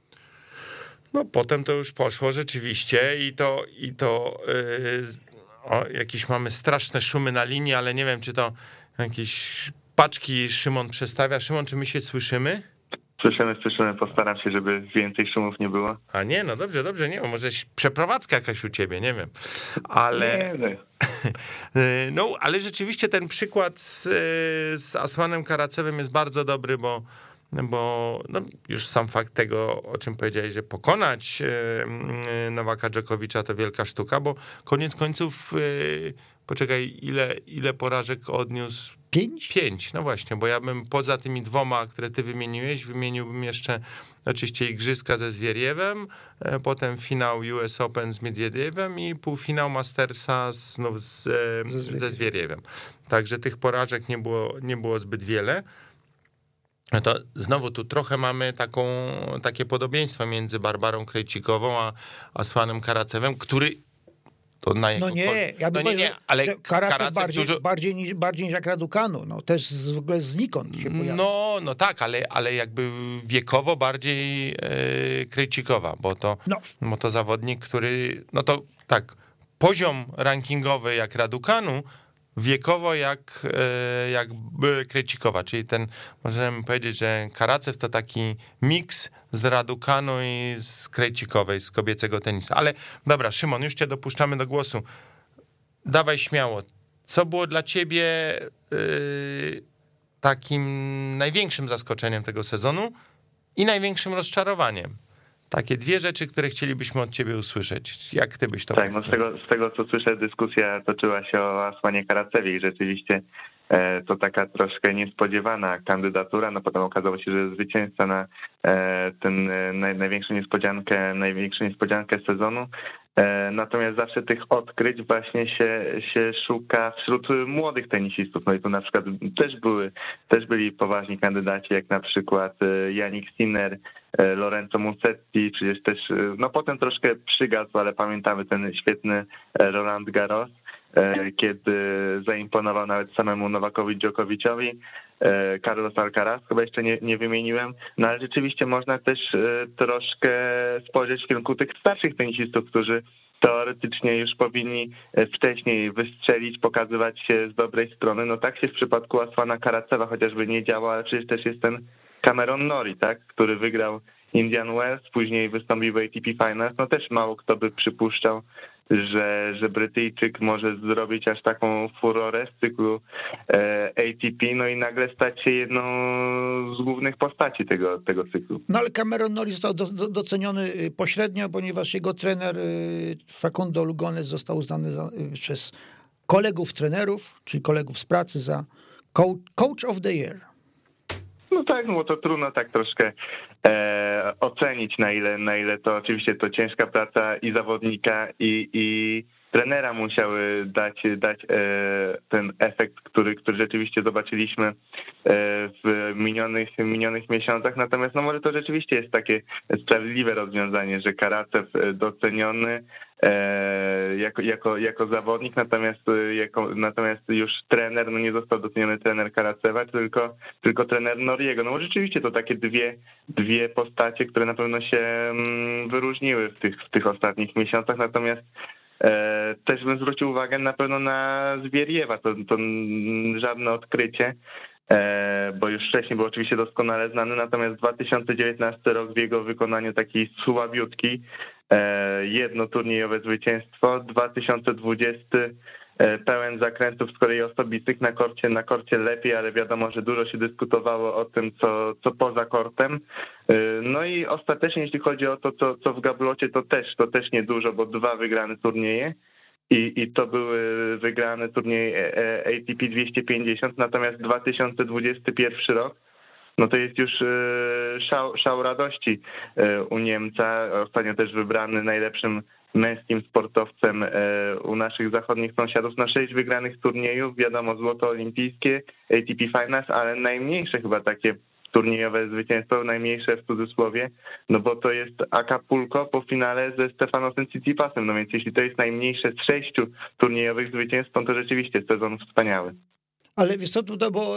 No potem to już poszło rzeczywiście i to, i to yy, o, jakieś mamy straszne szumy na linii, ale nie wiem, czy to jakieś paczki Szymon przestawia. Szymon, czy my się słyszymy? Słyszymy, słyszymy. Postaram się, żeby więcej szumów nie było. A nie, no dobrze, dobrze, nie wiem, może przeprowadzka jakaś u ciebie, nie wiem. Ale... Nie, nie. No, ale rzeczywiście ten przykład z, z Asłanem Karacewem jest bardzo dobry, bo bo no, już sam fakt tego, o czym powiedziałeś, że pokonać Nowaka Dżokowicza to wielka sztuka, bo koniec końców, poczekaj, ile, ile porażek odniósł? Pięć? Pięć, no właśnie, bo ja bym poza tymi dwoma, które ty wymieniłeś, wymieniłbym jeszcze oczywiście igrzyska ze Zwierjewem, potem finał U S Open z Miedwiediewem i półfinał Mastersa znów z, ze, ze Zwierjewem. Także tych porażek nie było, nie było zbyt wiele. No to znowu tu trochę mamy taką, takie podobieństwo między Barbarą Krejcikową a Asłanem Karacewem, który to na No nie, ja bym no nie, nie, ale Karacew bardziej, dużo... bardziej, niż, bardziej niż jak Raducanu, no też z, w ogóle znikąd się pojawia. No, no tak, ale, ale jakby wiekowo bardziej e, Krejcikowa, bo to, no. bo to zawodnik, który, no to tak, poziom rankingowy jak Raducanu, wiekowo jak, jak Krejcikowa, czyli ten, możemy powiedzieć, że Karacew to taki miks z Raducanu i z Krejcikowej, z kobiecego tenisa. Ale dobra, Szymon, już cię dopuszczamy do głosu. Dawaj śmiało. Co było dla ciebie yy, takim największym zaskoczeniem tego sezonu i największym rozczarowaniem? Takie dwie rzeczy, które chcielibyśmy od ciebie usłyszeć. Jak ty byś to Tak, no z tego, z tego co słyszę, dyskusja toczyła się o Asłanie Karacewie i rzeczywiście e, to taka troszkę niespodziewana kandydatura, no potem okazało się, że zwycięzca na e, ten e, naj, największą niespodziankę, największą niespodziankę sezonu. Natomiast zawsze tych odkryć właśnie się, się szuka wśród młodych tenisistów. No i tu na przykład też były, też byli poważni kandydaci, jak na przykład Jannik Sinner, Lorenzo Musetti, przecież też, no potem troszkę przygasł, ale pamiętamy ten świetny Roland Garros, kiedy zaimponował nawet samemu Nowakowi Djokoviciowi. Carlos Alcaraz, chyba jeszcze nie, nie wymieniłem, no ale rzeczywiście można też troszkę spojrzeć w kierunku tych starszych tenisistów, którzy teoretycznie już powinni wcześniej wystrzelić, pokazywać się z dobrej strony. No tak się w przypadku Asłana Karacewa chociażby nie działo, ale przecież też jest ten Cameron Norrie, tak, który wygrał Indian Wells, później wystąpił w A T P Finals. No też mało kto by przypuszczał, że, że Brytyjczyk może zrobić aż taką furorę z cyklu A T P, no i nagle stać się jedną z głównych postaci tego, tego cyklu. No ale Cameron Norrie został do, do, doceniony pośrednio, ponieważ jego trener Facundo Lugones został uznany za, przez kolegów trenerów, czyli kolegów z pracy za coach, coach of the year. No tak, no bo to trudno tak troszkę e, ocenić, na ile, na ile to oczywiście to ciężka praca i zawodnika, i, i trenera musiały dać, dać e, ten efekt, który, który rzeczywiście zobaczyliśmy e, w minionych, minionych miesiącach. Natomiast no może to rzeczywiście jest takie sprawiedliwe rozwiązanie, że Karacew doceniony e, jako, jako, jako zawodnik, natomiast, jako, natomiast już trener, no nie został doceniony trener Karacewa, tylko, tylko trener Norriego. No bo rzeczywiście to takie dwie, dwie postacie, które na pewno się wyróżniły w tych, w tych ostatnich miesiącach, natomiast też bym zwrócił uwagę na pewno na Zwieriewa, to, to żadne odkrycie, bo już wcześniej był oczywiście doskonale znany, natomiast dwa tysiące dziewiętnasty rok w jego wykonaniu taki słabiutki, jedno turniejowe zwycięstwo, dwa tysiące dwudziesty pełen zakrętów z kolei osobistych na korcie, na korcie lepiej, ale wiadomo, że dużo się dyskutowało o tym, co, co poza kortem. No i ostatecznie, jeśli chodzi o to, co, co w gablocie, to też, to też niedużo, bo dwa wygrane turnieje i, i to były wygrane turnieje A T P dwieście pięćdziesiąt, natomiast dwa tysiące dwudziesty pierwszy rok, no to jest już szał, szał radości u Niemca, ostatnio też wybrany najlepszym męskim sportowcem u naszych zachodnich sąsiadów, na sześć wygranych turniejów, wiadomo, złoto olimpijskie, A T P Finals, ale najmniejsze chyba takie turniejowe zwycięstwo, najmniejsze w cudzysłowie, no bo to jest Acapulco po finale ze Stefanosem Tsitsipasem, no więc jeśli to jest najmniejsze z sześciu turniejowych zwycięstw, to rzeczywiście sezon wspaniały. Ale wiesz co, to, bo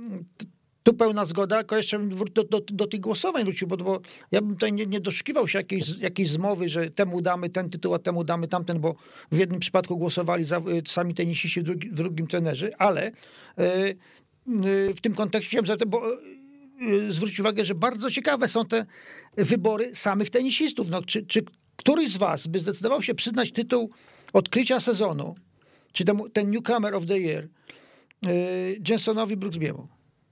tu pełna zgoda, tylko jeszcze do, do, do tych głosowań wrócił, bo, bo ja bym tutaj nie, nie doszukiwał się jakiejś, jakiejś zmowy, że temu damy ten tytuł, a temu damy tamten, bo w jednym przypadku głosowali za, sami tenisiści, w, drugi, w drugim trenerzy, ale yy, w tym kontekście chciałem zapytać, bo yy, zwrócić uwagę, że bardzo ciekawe są te wybory samych tenisistów. No, czy, czy któryś z was by zdecydował się przyznać tytuł odkrycia sezonu, czy temu, ten Newcomer of the Year, yy, Jensonowi Brooksbiemu?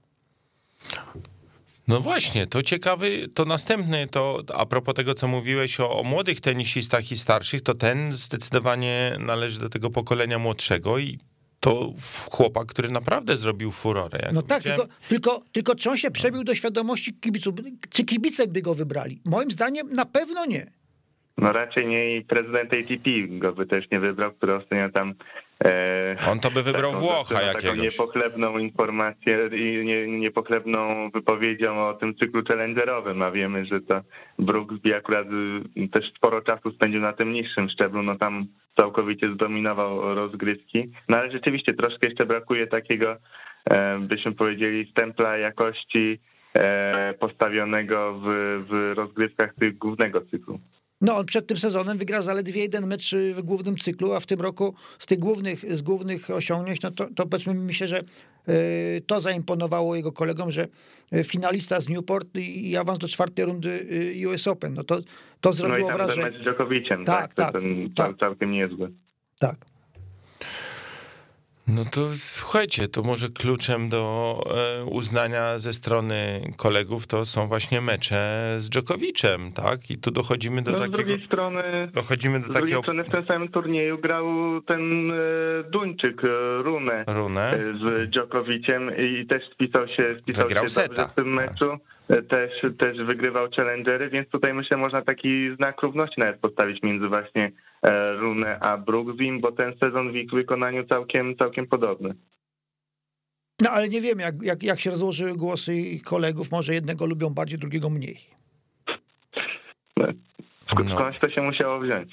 No właśnie, to ciekawy, to następny, to a propos tego, co mówiłeś o, o młodych tenisistach i starszych, to ten zdecydowanie należy do tego pokolenia młodszego i to chłopak, który naprawdę zrobił furorę. Jak no tak, widziałem... tylko, tylko, tylko czy on się przebił do świadomości kibiców? Czy kibice by go wybrali? Moim zdaniem na pewno nie. No raczej nie, i prezydent A T P go by też nie wybrał, który ostatnio tam... E, On to by wybrał taką, Włocha taką, jakiegoś. Taką niepochlebną informację i nie, niepochlebną wypowiedzią o tym cyklu challengerowym, a wiemy, że to Brooksby akurat też sporo czasu spędził na tym niższym szczeblu, no tam całkowicie zdominował rozgrywki. No ale rzeczywiście troszkę jeszcze brakuje takiego, e, byśmy powiedzieli, stempla jakości e, postawionego w, w rozgrywkach tych głównego cyklu. No, on przed tym sezonem wygrał zaledwie jeden mecz w głównym cyklu, a w tym roku z tych głównych, z głównych osiągnięć, no to, to powiedzmy mi się, że y, to zaimponowało jego kolegom, że finalista z Newport i, i awans do czwartej rundy U S Open. No to, to zrobiło no i tam wrażenie. ten mecz z Djokoviciem, tak, tak, tak, ten tak. całkiem niezły. Tak. No to słuchajcie, to może kluczem do uznania ze strony kolegów to są właśnie mecze z Djokovicem, tak? I tu dochodzimy do no, takiego... Z drugiej strony, dochodzimy do z takiego... drugiej strony w tym samym turnieju grał ten Duńczyk, Rune, Rune. z Djokovicem i też spisał się, spisał Wygrał się seta. dobrze w tym meczu. Też, też wygrywał challengery, więc tutaj myślę, można taki znak równości nawet postawić między właśnie Rune a Brooksim, bo ten sezon w ich wykonaniu całkiem, całkiem podobny. No ale nie wiem, jak, jak, jak się rozłożyły głosy kolegów, może jednego lubią bardziej, drugiego mniej. Skądś No. to się musiało wziąć?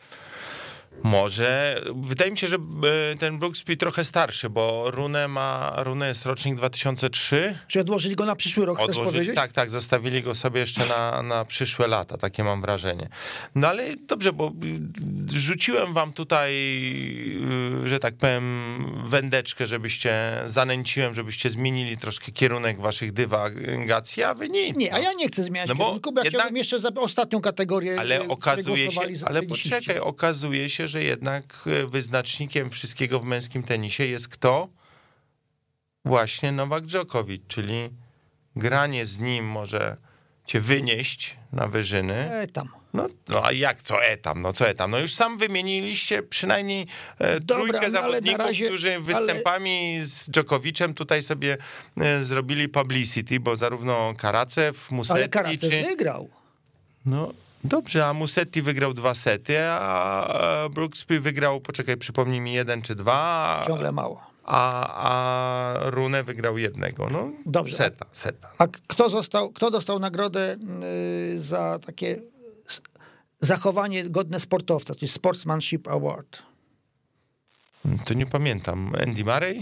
Może. Wydaje mi się, że ten Brooksby trochę starszy, bo Rune ma, Rune jest rocznik dwa tysiące trzeci. Czy odłożyli go na przyszły rok, chcesz powiedzieć? Tak, tak, zostawili go sobie jeszcze na, na przyszłe lata, takie mam wrażenie. No ale dobrze, bo rzuciłem wam tutaj, że tak powiem, wędeczkę, żebyście, zanęciłem, żebyście zmienili troszkę kierunek waszych dywagacji, a wy nic. Nie, a ja nie chcę zmieniać No bo kierunku, bo ja jednak- chciałbym jeszcze za ostatnią kategorię. Ale okazuje się, głosowali za ale tenisiści. poczekaj, okazuje się, że jednak wyznacznikiem wszystkiego w męskim tenisie jest kto? Właśnie Nowak Djokovic, czyli granie z nim może cię wynieść na wyżyny. E, tam. No, no a jak co etam? No co etam? No już sam wymieniliście przynajmniej e, Dobra, trójkę no, ale zawodników, na razie- którzy występami z Djokovicem tutaj sobie e, zrobili publicity, bo zarówno Karacew, Ale Musetti Karacew czy... wygrał. No dobrze, a Musetti wygrał dwa sety, a Brooksby wygrał, poczekaj, przypomnij mi, jeden czy dwa. Ciągle mało. A, a Rune wygrał jednego. No Dobrze. seta, seta. A kto został, kto dostał nagrodę y, za takie s- zachowanie godne sportowca, czyli Sportsmanship Award? To nie pamiętam. Andy Murray?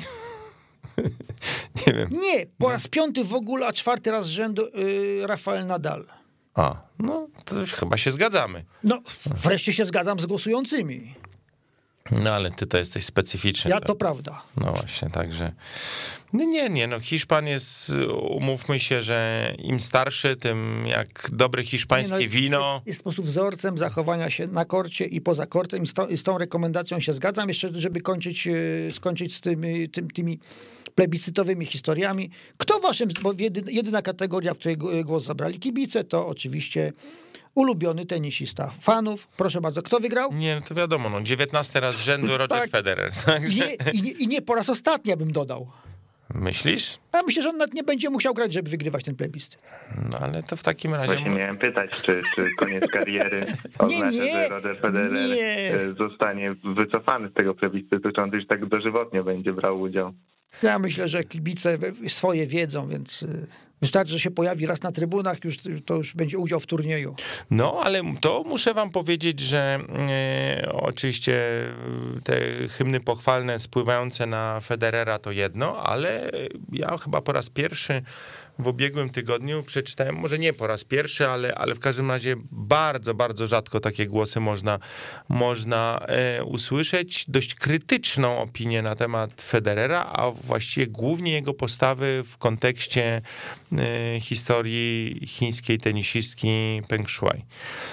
Nie wiem. Nie, po raz piąty w ogóle, a czwarty raz z rzędu y, Rafael Nadal. A, no to już chyba się zgadzamy. No, wreszcie się zgadzam z głosującymi. No ale ty to jesteś specyficzny. Ja to prawda. No właśnie, także... Nie, nie, nie, no Hiszpan jest, umówmy się, że im starszy, tym jak dobre hiszpańskie Nie, no jest, wino... Jest, jest po prostu wzorcem zachowania się na korcie i poza kortem i z, to, i z tą rekomendacją się zgadzam. Jeszcze, żeby kończyć, y, skończyć z tymi, tym, tymi plebiscytowymi historiami. Kto waszym, bo jedyna, jedyna kategoria, w której głos zabrali kibice, to oczywiście ulubiony tenisista fanów. Proszę bardzo, kto wygrał? Nie, no to wiadomo, no dziewiętnasty raz z rzędu Roger Tak. Federer. I Także... nie, i, nie, I nie po raz ostatni, ja bym dodał. Myślisz? A myślę, że on nawet nie będzie musiał grać, żeby wygrywać ten plebiscyt. No ale to w takim razie... Właśnie miałem pytać, czy, czy koniec kariery Nie, oznacza, nie, że Roger Federer nie. zostanie wycofany z tego plebiscytu, czy on już tak dożywotnie będzie brał udział. Ja myślę, że kibice swoje wiedzą, więc y, wystarczy, że się pojawi raz na trybunach, już, to już będzie udział w turnieju. No, ale to muszę wam powiedzieć, że e, oczywiście te hymny pochwalne spływające na Federera to jedno, ale ja chyba po raz pierwszy w ubiegłym tygodniu przeczytałem, może nie po raz pierwszy, ale, ale w każdym razie bardzo, bardzo rzadko takie głosy można, można e, usłyszeć. Dość krytyczną opinię na temat Federera, a właściwie głównie jego postawy w kontekście e, historii chińskiej tenisistki Peng Shuai,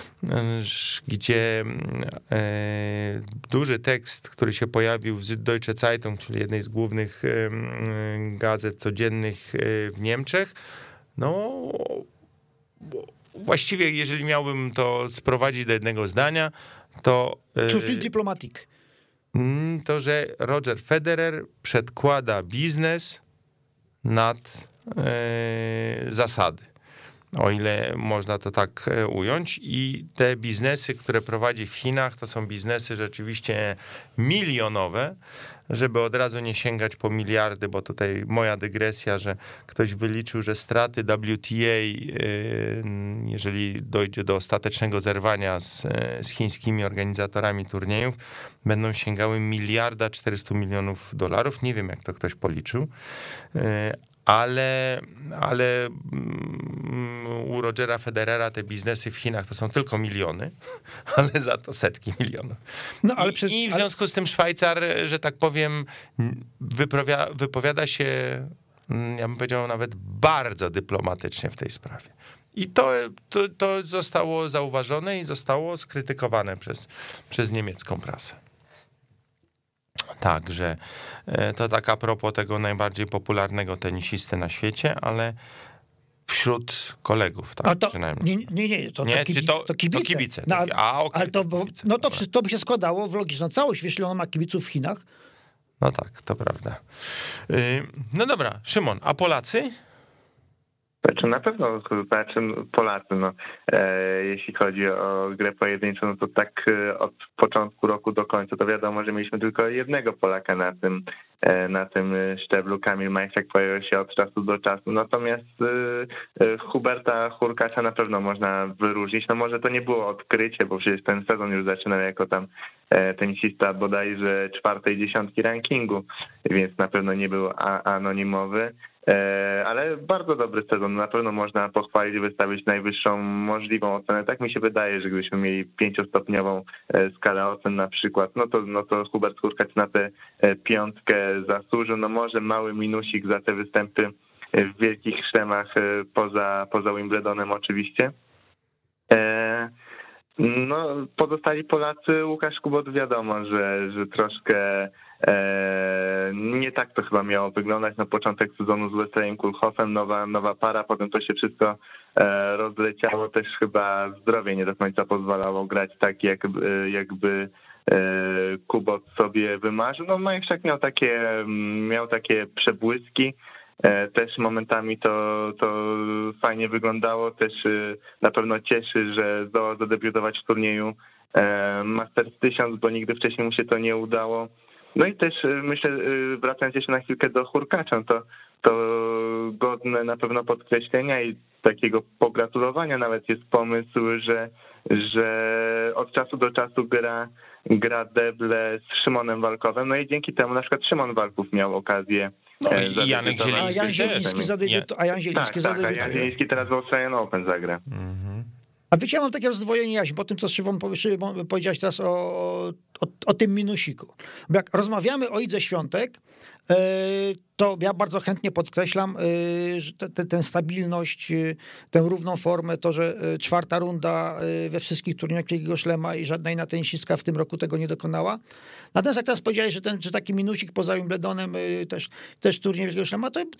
gdzie e, duży tekst, który się pojawił w Süddeutsche Zeitung, czyli jednej z głównych e, gazet codziennych e, w Niemczech, no właściwie jeżeli miałbym to sprowadzić do jednego zdania, to e, To film dyplomatik. to, że Roger Federer przedkłada biznes nad e, zasady. O ile można to tak ująć. I te biznesy, które prowadzi w Chinach, to są biznesy rzeczywiście milionowe, żeby od razu nie sięgać po miliardy, bo tutaj moja dygresja, że ktoś wyliczył, że straty W T A, jeżeli dojdzie do ostatecznego zerwania z, z chińskimi organizatorami turniejów, będą sięgały miliarda czterysta milionów dolarów. Nie wiem, jak to ktoś policzył. ale, ale u Rogera Federera te biznesy w Chinach to są tylko miliony, ale za to setki milionów. No, ale I, przez, I w związku z tym Szwajcar, że tak powiem, wyprawia, wypowiada się, ja bym powiedział, nawet bardzo dyplomatycznie w tej sprawie. I to, to, to zostało zauważone i zostało skrytykowane przez, przez niemiecką prasę. Także to tak a propos tego najbardziej popularnego tenisisty na świecie, ale wśród kolegów, tak? A to, przynajmniej. Nie, nie, nie, to, nie, to, kibice, to, to kibice. To kibice no, a, okay, ale to, bo, kibice, no to, to by się składało w logiczną całość, jeśli on ma kibiców w Chinach. No tak, to prawda. No dobra, Szymon, a Polacy? Znaczy na pewno znaczy Polacy, no, e, jeśli chodzi o grę pojedynczą, no to tak e, od początku roku do końca to wiadomo, że mieliśmy tylko jednego Polaka na tym, e, na tym szczeblu. Kamil Majchrzak pojawiał się od czasu do czasu, natomiast e, e, Huberta Hurkacza na pewno można wyróżnić. No może to nie było odkrycie, bo przecież ten sezon już zaczynał jako tam e, tenisista bodajże czwartej dziesiątki rankingu, więc na pewno nie był a, anonimowy. Ale bardzo dobry sezon, na pewno można pochwalić i wystawić najwyższą możliwą ocenę. Tak mi się wydaje, że gdybyśmy mieli pięciostopniową skalę ocen na przykład, no to, no to Hubert Hurkacz na tę piątkę zasłużył. No może mały minusik za te występy w wielkich szlemach poza, poza Wimbledonem oczywiście. No pozostali Polacy, Łukasz Kubot wiadomo, że, że troszkę e, nie tak to chyba miało wyglądać na początek sezonu z Wesleyem Kulhoffem, nowa, nowa para, potem to się wszystko e, rozleciało, też chyba zdrowie nie do końca pozwalało grać tak jakby, jakby e, Kubot sobie wymarzył. No Majchrzak miał takie, miał takie przebłyski. Też momentami to, to fajnie wyglądało, też na pewno cieszy, że zdołał zadebiutować w turnieju Masters tysiąc, bo nigdy wcześniej mu się to nie udało. No i też myślę, wracając jeszcze na chwilkę do Hurkacza, to, to godne na pewno podkreślenia i takiego pogratulowania nawet jest pomysł, że, że od czasu do czasu gra, gra deble z Szymonem Walkowem, no i dzięki temu na przykład Szymon Walków miał okazję. No i Janek Zieliński, a Jan Zieliński zadebiutował. A Jan Zieliński tak, tak, a Jan Zieliński teraz w Australian Open zagra. Mhm. A wiecie, ja mam takie rozdwojenie jaźni po tym, co Szymon powiedziałeś teraz o, o, o tym minusiku. Bo jak rozmawiamy o Idze Świątek, to ja bardzo chętnie podkreślam, że te, tę stabilność, tę równą formę, to, że czwarta runda we wszystkich turniejach Wielkiego Szlema i żadna inna tenisistka w tym roku tego nie dokonała. Natomiast jak teraz powiedziałeś, że, ten, że taki minusik poza Wimbledonem też, też turniej Wielkiego Szlema, to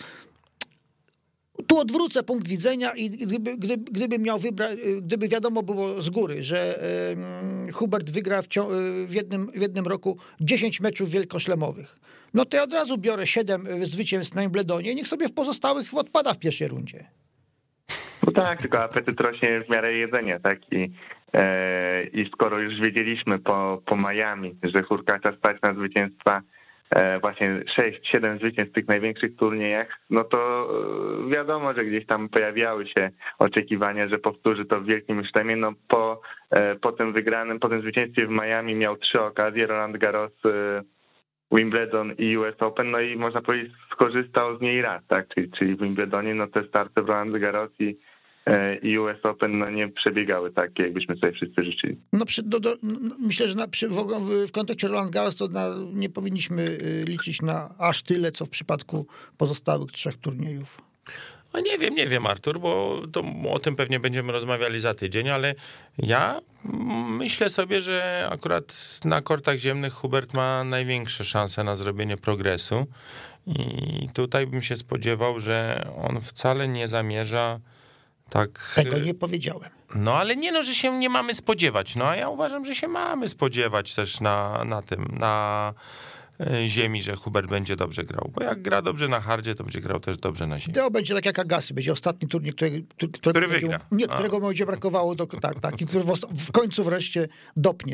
tu odwrócę punkt widzenia i gdyby, gdyby, gdyby miał wybrać, gdyby wiadomo było z góry, że Hubert wygra w, w, jednym, w jednym roku dziesięć meczów wielkoszlemowych, no to ja od razu biorę siedem zwycięstw na Wimbledonie i niech sobie w pozostałych odpada w pierwszej rundzie. No tak, tylko apetyt rośnie w miarę jedzenia, tak? I, e, i skoro już wiedzieliśmy po, po Miami, że Hurkacza stać na zwycięstwa, e, właśnie sześć siedem zwycięstw w tych największych turniejach, no to wiadomo, że gdzieś tam pojawiały się oczekiwania, że powtórzy to w Wielkim Szlemie. No po, e, po tym wygranym, po tym zwycięstwie w Miami miał trzy okazje, Roland Garros, e, Wimbledon i U S Open, no i można powiedzieć skorzystał z niej raz, tak, czyli, czyli w Wimbledonie, no te starty w Roland Garros i, i U S Open no nie przebiegały tak, jakbyśmy sobie wszyscy życzyli. No, przy, do, do, myślę, że na, przy, w, w kontekście Roland Garros to na, nie powinniśmy liczyć na aż tyle, co w przypadku pozostałych trzech turniejów. No nie wiem, nie wiem, Artur, bo to o tym pewnie będziemy rozmawiali za tydzień, ale ja myślę sobie, że akurat na kortach ziemnych Hubert ma największe szanse na zrobienie progresu i tutaj bym się spodziewał, że on wcale nie zamierza tak... Tego nie powiedziałem. No ale nie no, że się nie mamy spodziewać, no a ja uważam, że się mamy spodziewać też na, na tym, na... ziemi, że Hubert będzie dobrze grał. Bo jak gra dobrze na hardzie, to będzie grał też dobrze na ziemi. To będzie tak jak Agassi, będzie ostatni turniej, który, który, który będzie, wygra. Nie, którego a. będzie brakowało, do, tak, tak, który w, w końcu wreszcie dopnie.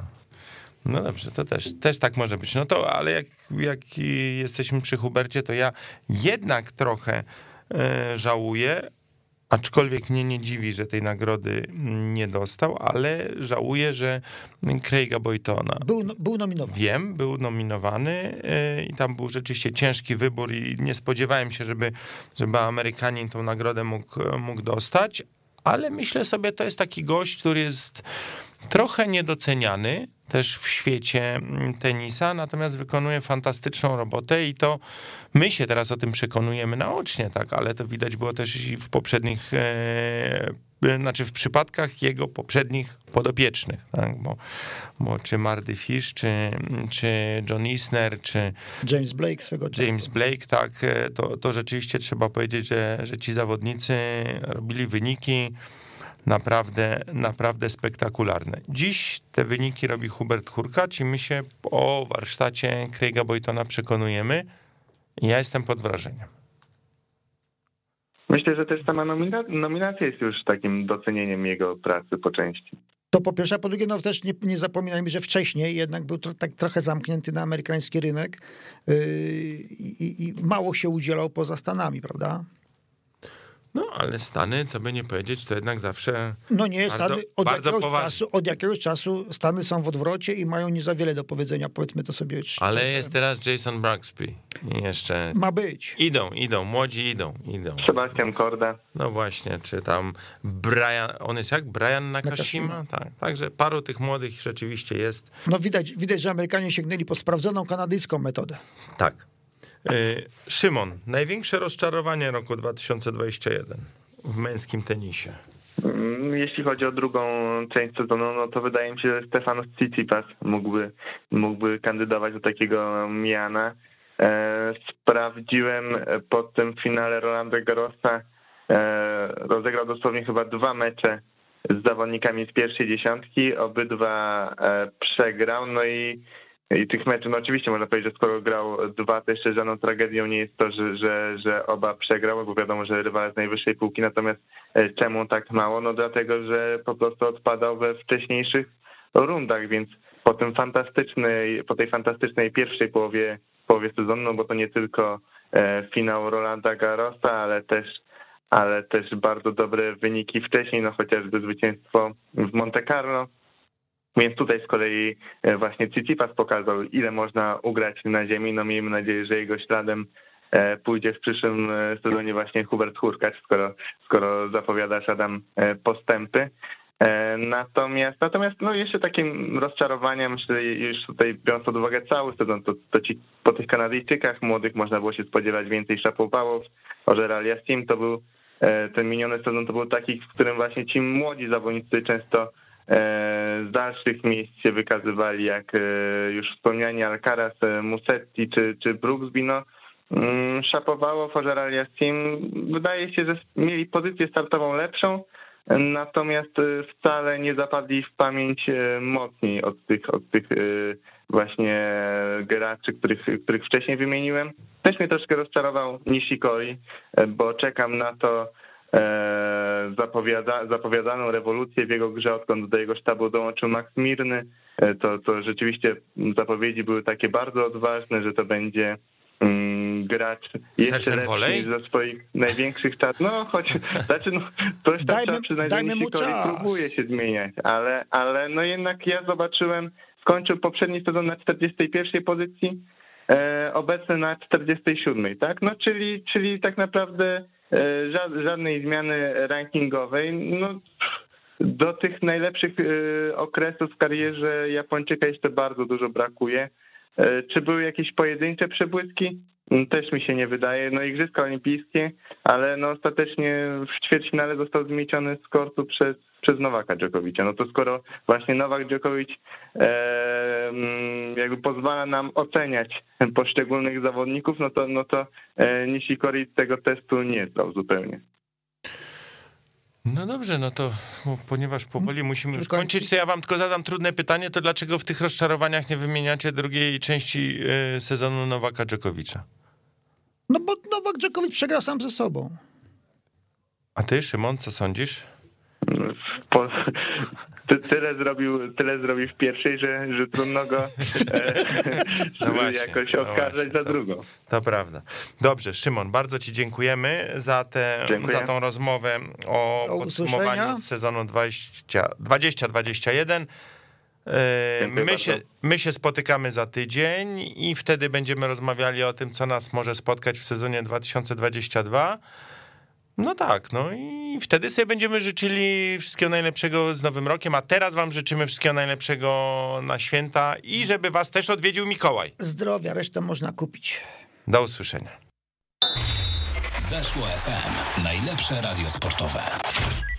No dobrze, to też, też tak może być. No to, ale jak, jak jesteśmy przy Hubercie, to ja jednak trochę e, żałuję, Aczkolwiek mnie nie dziwi, że tej nagrody nie dostał, ale żałuję, że Craiga Boytona. Był, był nominowany. Wiem, był nominowany i tam był rzeczywiście ciężki wybór i nie spodziewałem się, żeby, żeby Amerykanin tą nagrodę mógł, mógł dostać, ale myślę sobie, to jest taki gość, który jest trochę niedoceniany też w świecie tenisa, natomiast wykonuje fantastyczną robotę i to my się teraz o tym przekonujemy naocznie, tak, ale to widać było też i w poprzednich, e, znaczy w przypadkach jego poprzednich podopiecznych, tak, bo, bo czy Mardy Fish, czy, czy John Isner, czy James Blake swego czasu. James Blake, tak, to, to rzeczywiście trzeba powiedzieć, że, że ci zawodnicy robili wyniki naprawdę, naprawdę spektakularne. Dziś te wyniki robi Hubert Hurkacz i my się o warsztacie Craiga Boytona przekonujemy. Ja jestem pod wrażeniem. Myślę, że też sama nomina- nominacja jest już takim docenieniem jego pracy po części. To po pierwsze, a po drugie, no też nie, nie zapominajmy, że wcześniej jednak był tro, tak trochę zamknięty na amerykański rynek yy, i, i mało się udzielał poza Stanami, prawda? No, ale Stany, co by nie powiedzieć, to jednak zawsze No nie, bardzo, Stany od, bardzo jakiegoś poważnie. czasu, od jakiegoś czasu Stany są w odwrocie i mają nie za wiele do powiedzenia, powiedzmy to sobie. Ale jest teraz Jason Brooksby i jeszcze Ma być. idą, idą, młodzi idą, idą. Sebastian Korda. No właśnie, czy tam Brian, on jest jak? Brian Nakashima? Nakashima. Tak, także paru tych młodych rzeczywiście jest. No widać, widać, że Amerykanie sięgnęli po sprawdzoną kanadyjską metodę. Tak. Y, Szymon, największe rozczarowanie roku dwa tysiące dwudziestego pierwszego w męskim tenisie. Jeśli chodzi o drugą część sezonu, no to wydaje mi się, że Stefanos Tsitsipas mógłby, mógłby kandydować do takiego miana. E, sprawdziłem po tym finale Rolanda Garrosa, e, rozegrał dosłownie chyba dwa mecze z zawodnikami z pierwszej dziesiątki, obydwa e, przegrał, no i I tych meczów, no oczywiście można powiedzieć, że skoro grał dwa, to jeszcze żadną tragedią nie jest to, że, że, że oba przegrał, bo wiadomo, że rywale z najwyższej półki, natomiast czemu tak mało? No dlatego, że po prostu odpadał we wcześniejszych rundach, więc po tym fantastycznej, po tej fantastycznej pierwszej połowie, połowie sezonu, no bo to nie tylko finał Rolanda Garrosa, ale też ale też bardzo dobre wyniki wcześniej, no chociażby zwycięstwo w Monte Carlo. Więc tutaj z kolei właśnie Tsitsipas pokazał, ile można ugrać na ziemi. No miejmy nadzieję, że jego śladem pójdzie w przyszłym sezonie właśnie Hubert Hurkacz, skoro, skoro zapowiadasz, Adam, postępy. Natomiast, natomiast no jeszcze takim rozczarowaniem, myślę, już tutaj biorąc pod uwagę cały sezon, to, to ci, po tych Kanadyjczykach młodych można było się spodziewać więcej Shapovalov, Auger-Aliassime, to był ten miniony sezon, to był taki, w którym właśnie ci młodzi zawodnicy często z dalszych miejsc się wykazywali, jak już wspomniani Alcaraz, Musetti czy, czy Brooksby. No, Shapovalov, Auger-Aliassime, wydaje się, że mieli pozycję startową lepszą, natomiast wcale nie zapadli w pamięć mocniej od tych, od tych właśnie graczy, których, których wcześniej wymieniłem. Też mnie troszkę rozczarował Nishikori, bo czekam na to, Zapowiada, zapowiadaną rewolucję w jego grze, odkąd do jego sztabu dołączył Max Mirny. To, to rzeczywiście zapowiedzi były takie bardzo odważne, że to będzie um, gracz jeszcze lepszy ze swoich największych czasów. No choć, znaczy, no, ktoś tam dajmy, trzeba przyznać, że Nishikori próbuje się zmieniać, ale, ale no jednak ja zobaczyłem, skończył poprzedni sezon na czterdziestej pierwszej pozycji, e, obecny na czterdziestej siódmej, tak? No czyli, czyli tak naprawdę żadnej zmiany rankingowej. No, do tych najlepszych okresów w karierze Japończyka jeszcze bardzo dużo brakuje. Czy były jakieś pojedyncze przebłyski? Też mi się nie wydaje. No Igrzyska Olimpijskie, ale no ostatecznie w ćwierćfinale został zmieciony z kortu przez, przez Nowaka Dżokowicza. No to skoro właśnie Nowak Dżokowicz e, jakby pozwala nam oceniać poszczególnych zawodników, no to, no to e, Nishikori tego testu nie zdał zupełnie. No dobrze, no to ponieważ powoli musimy już kończyć, to ja wam tylko zadam trudne pytanie, to dlaczego w tych rozczarowaniach nie wymieniacie drugiej części sezonu Nowaka Dżokowicza? No bo Nowak Dżokowicz przegrał sam ze sobą. A ty, Szymon, co sądzisz? Po, ty, tyle zrobił, tyle zrobił w pierwszej, że, że trudno go e, No właśnie, jakoś no oskarżać właśnie, za to, drugą. To prawda. Dobrze, Szymon, bardzo ci dziękujemy za, tę za tą rozmowę o Do podsumowaniu usłyszenia. z sezonu dwadzieścia dwadzieścia jeden. Dziękuję My się, bardzo. my się spotykamy za tydzień i wtedy będziemy rozmawiali o tym, co nas może spotkać w sezonie dwa tysiące dwudziestym drugim. No tak, no i wtedy sobie będziemy życzyli wszystkiego najlepszego z Nowym Rokiem, a teraz wam życzymy wszystkiego najlepszego na święta i żeby was też odwiedził Mikołaj. Zdrowia, resztę można kupić. Do usłyszenia. Weszło F M. Najlepsze radio sportowe.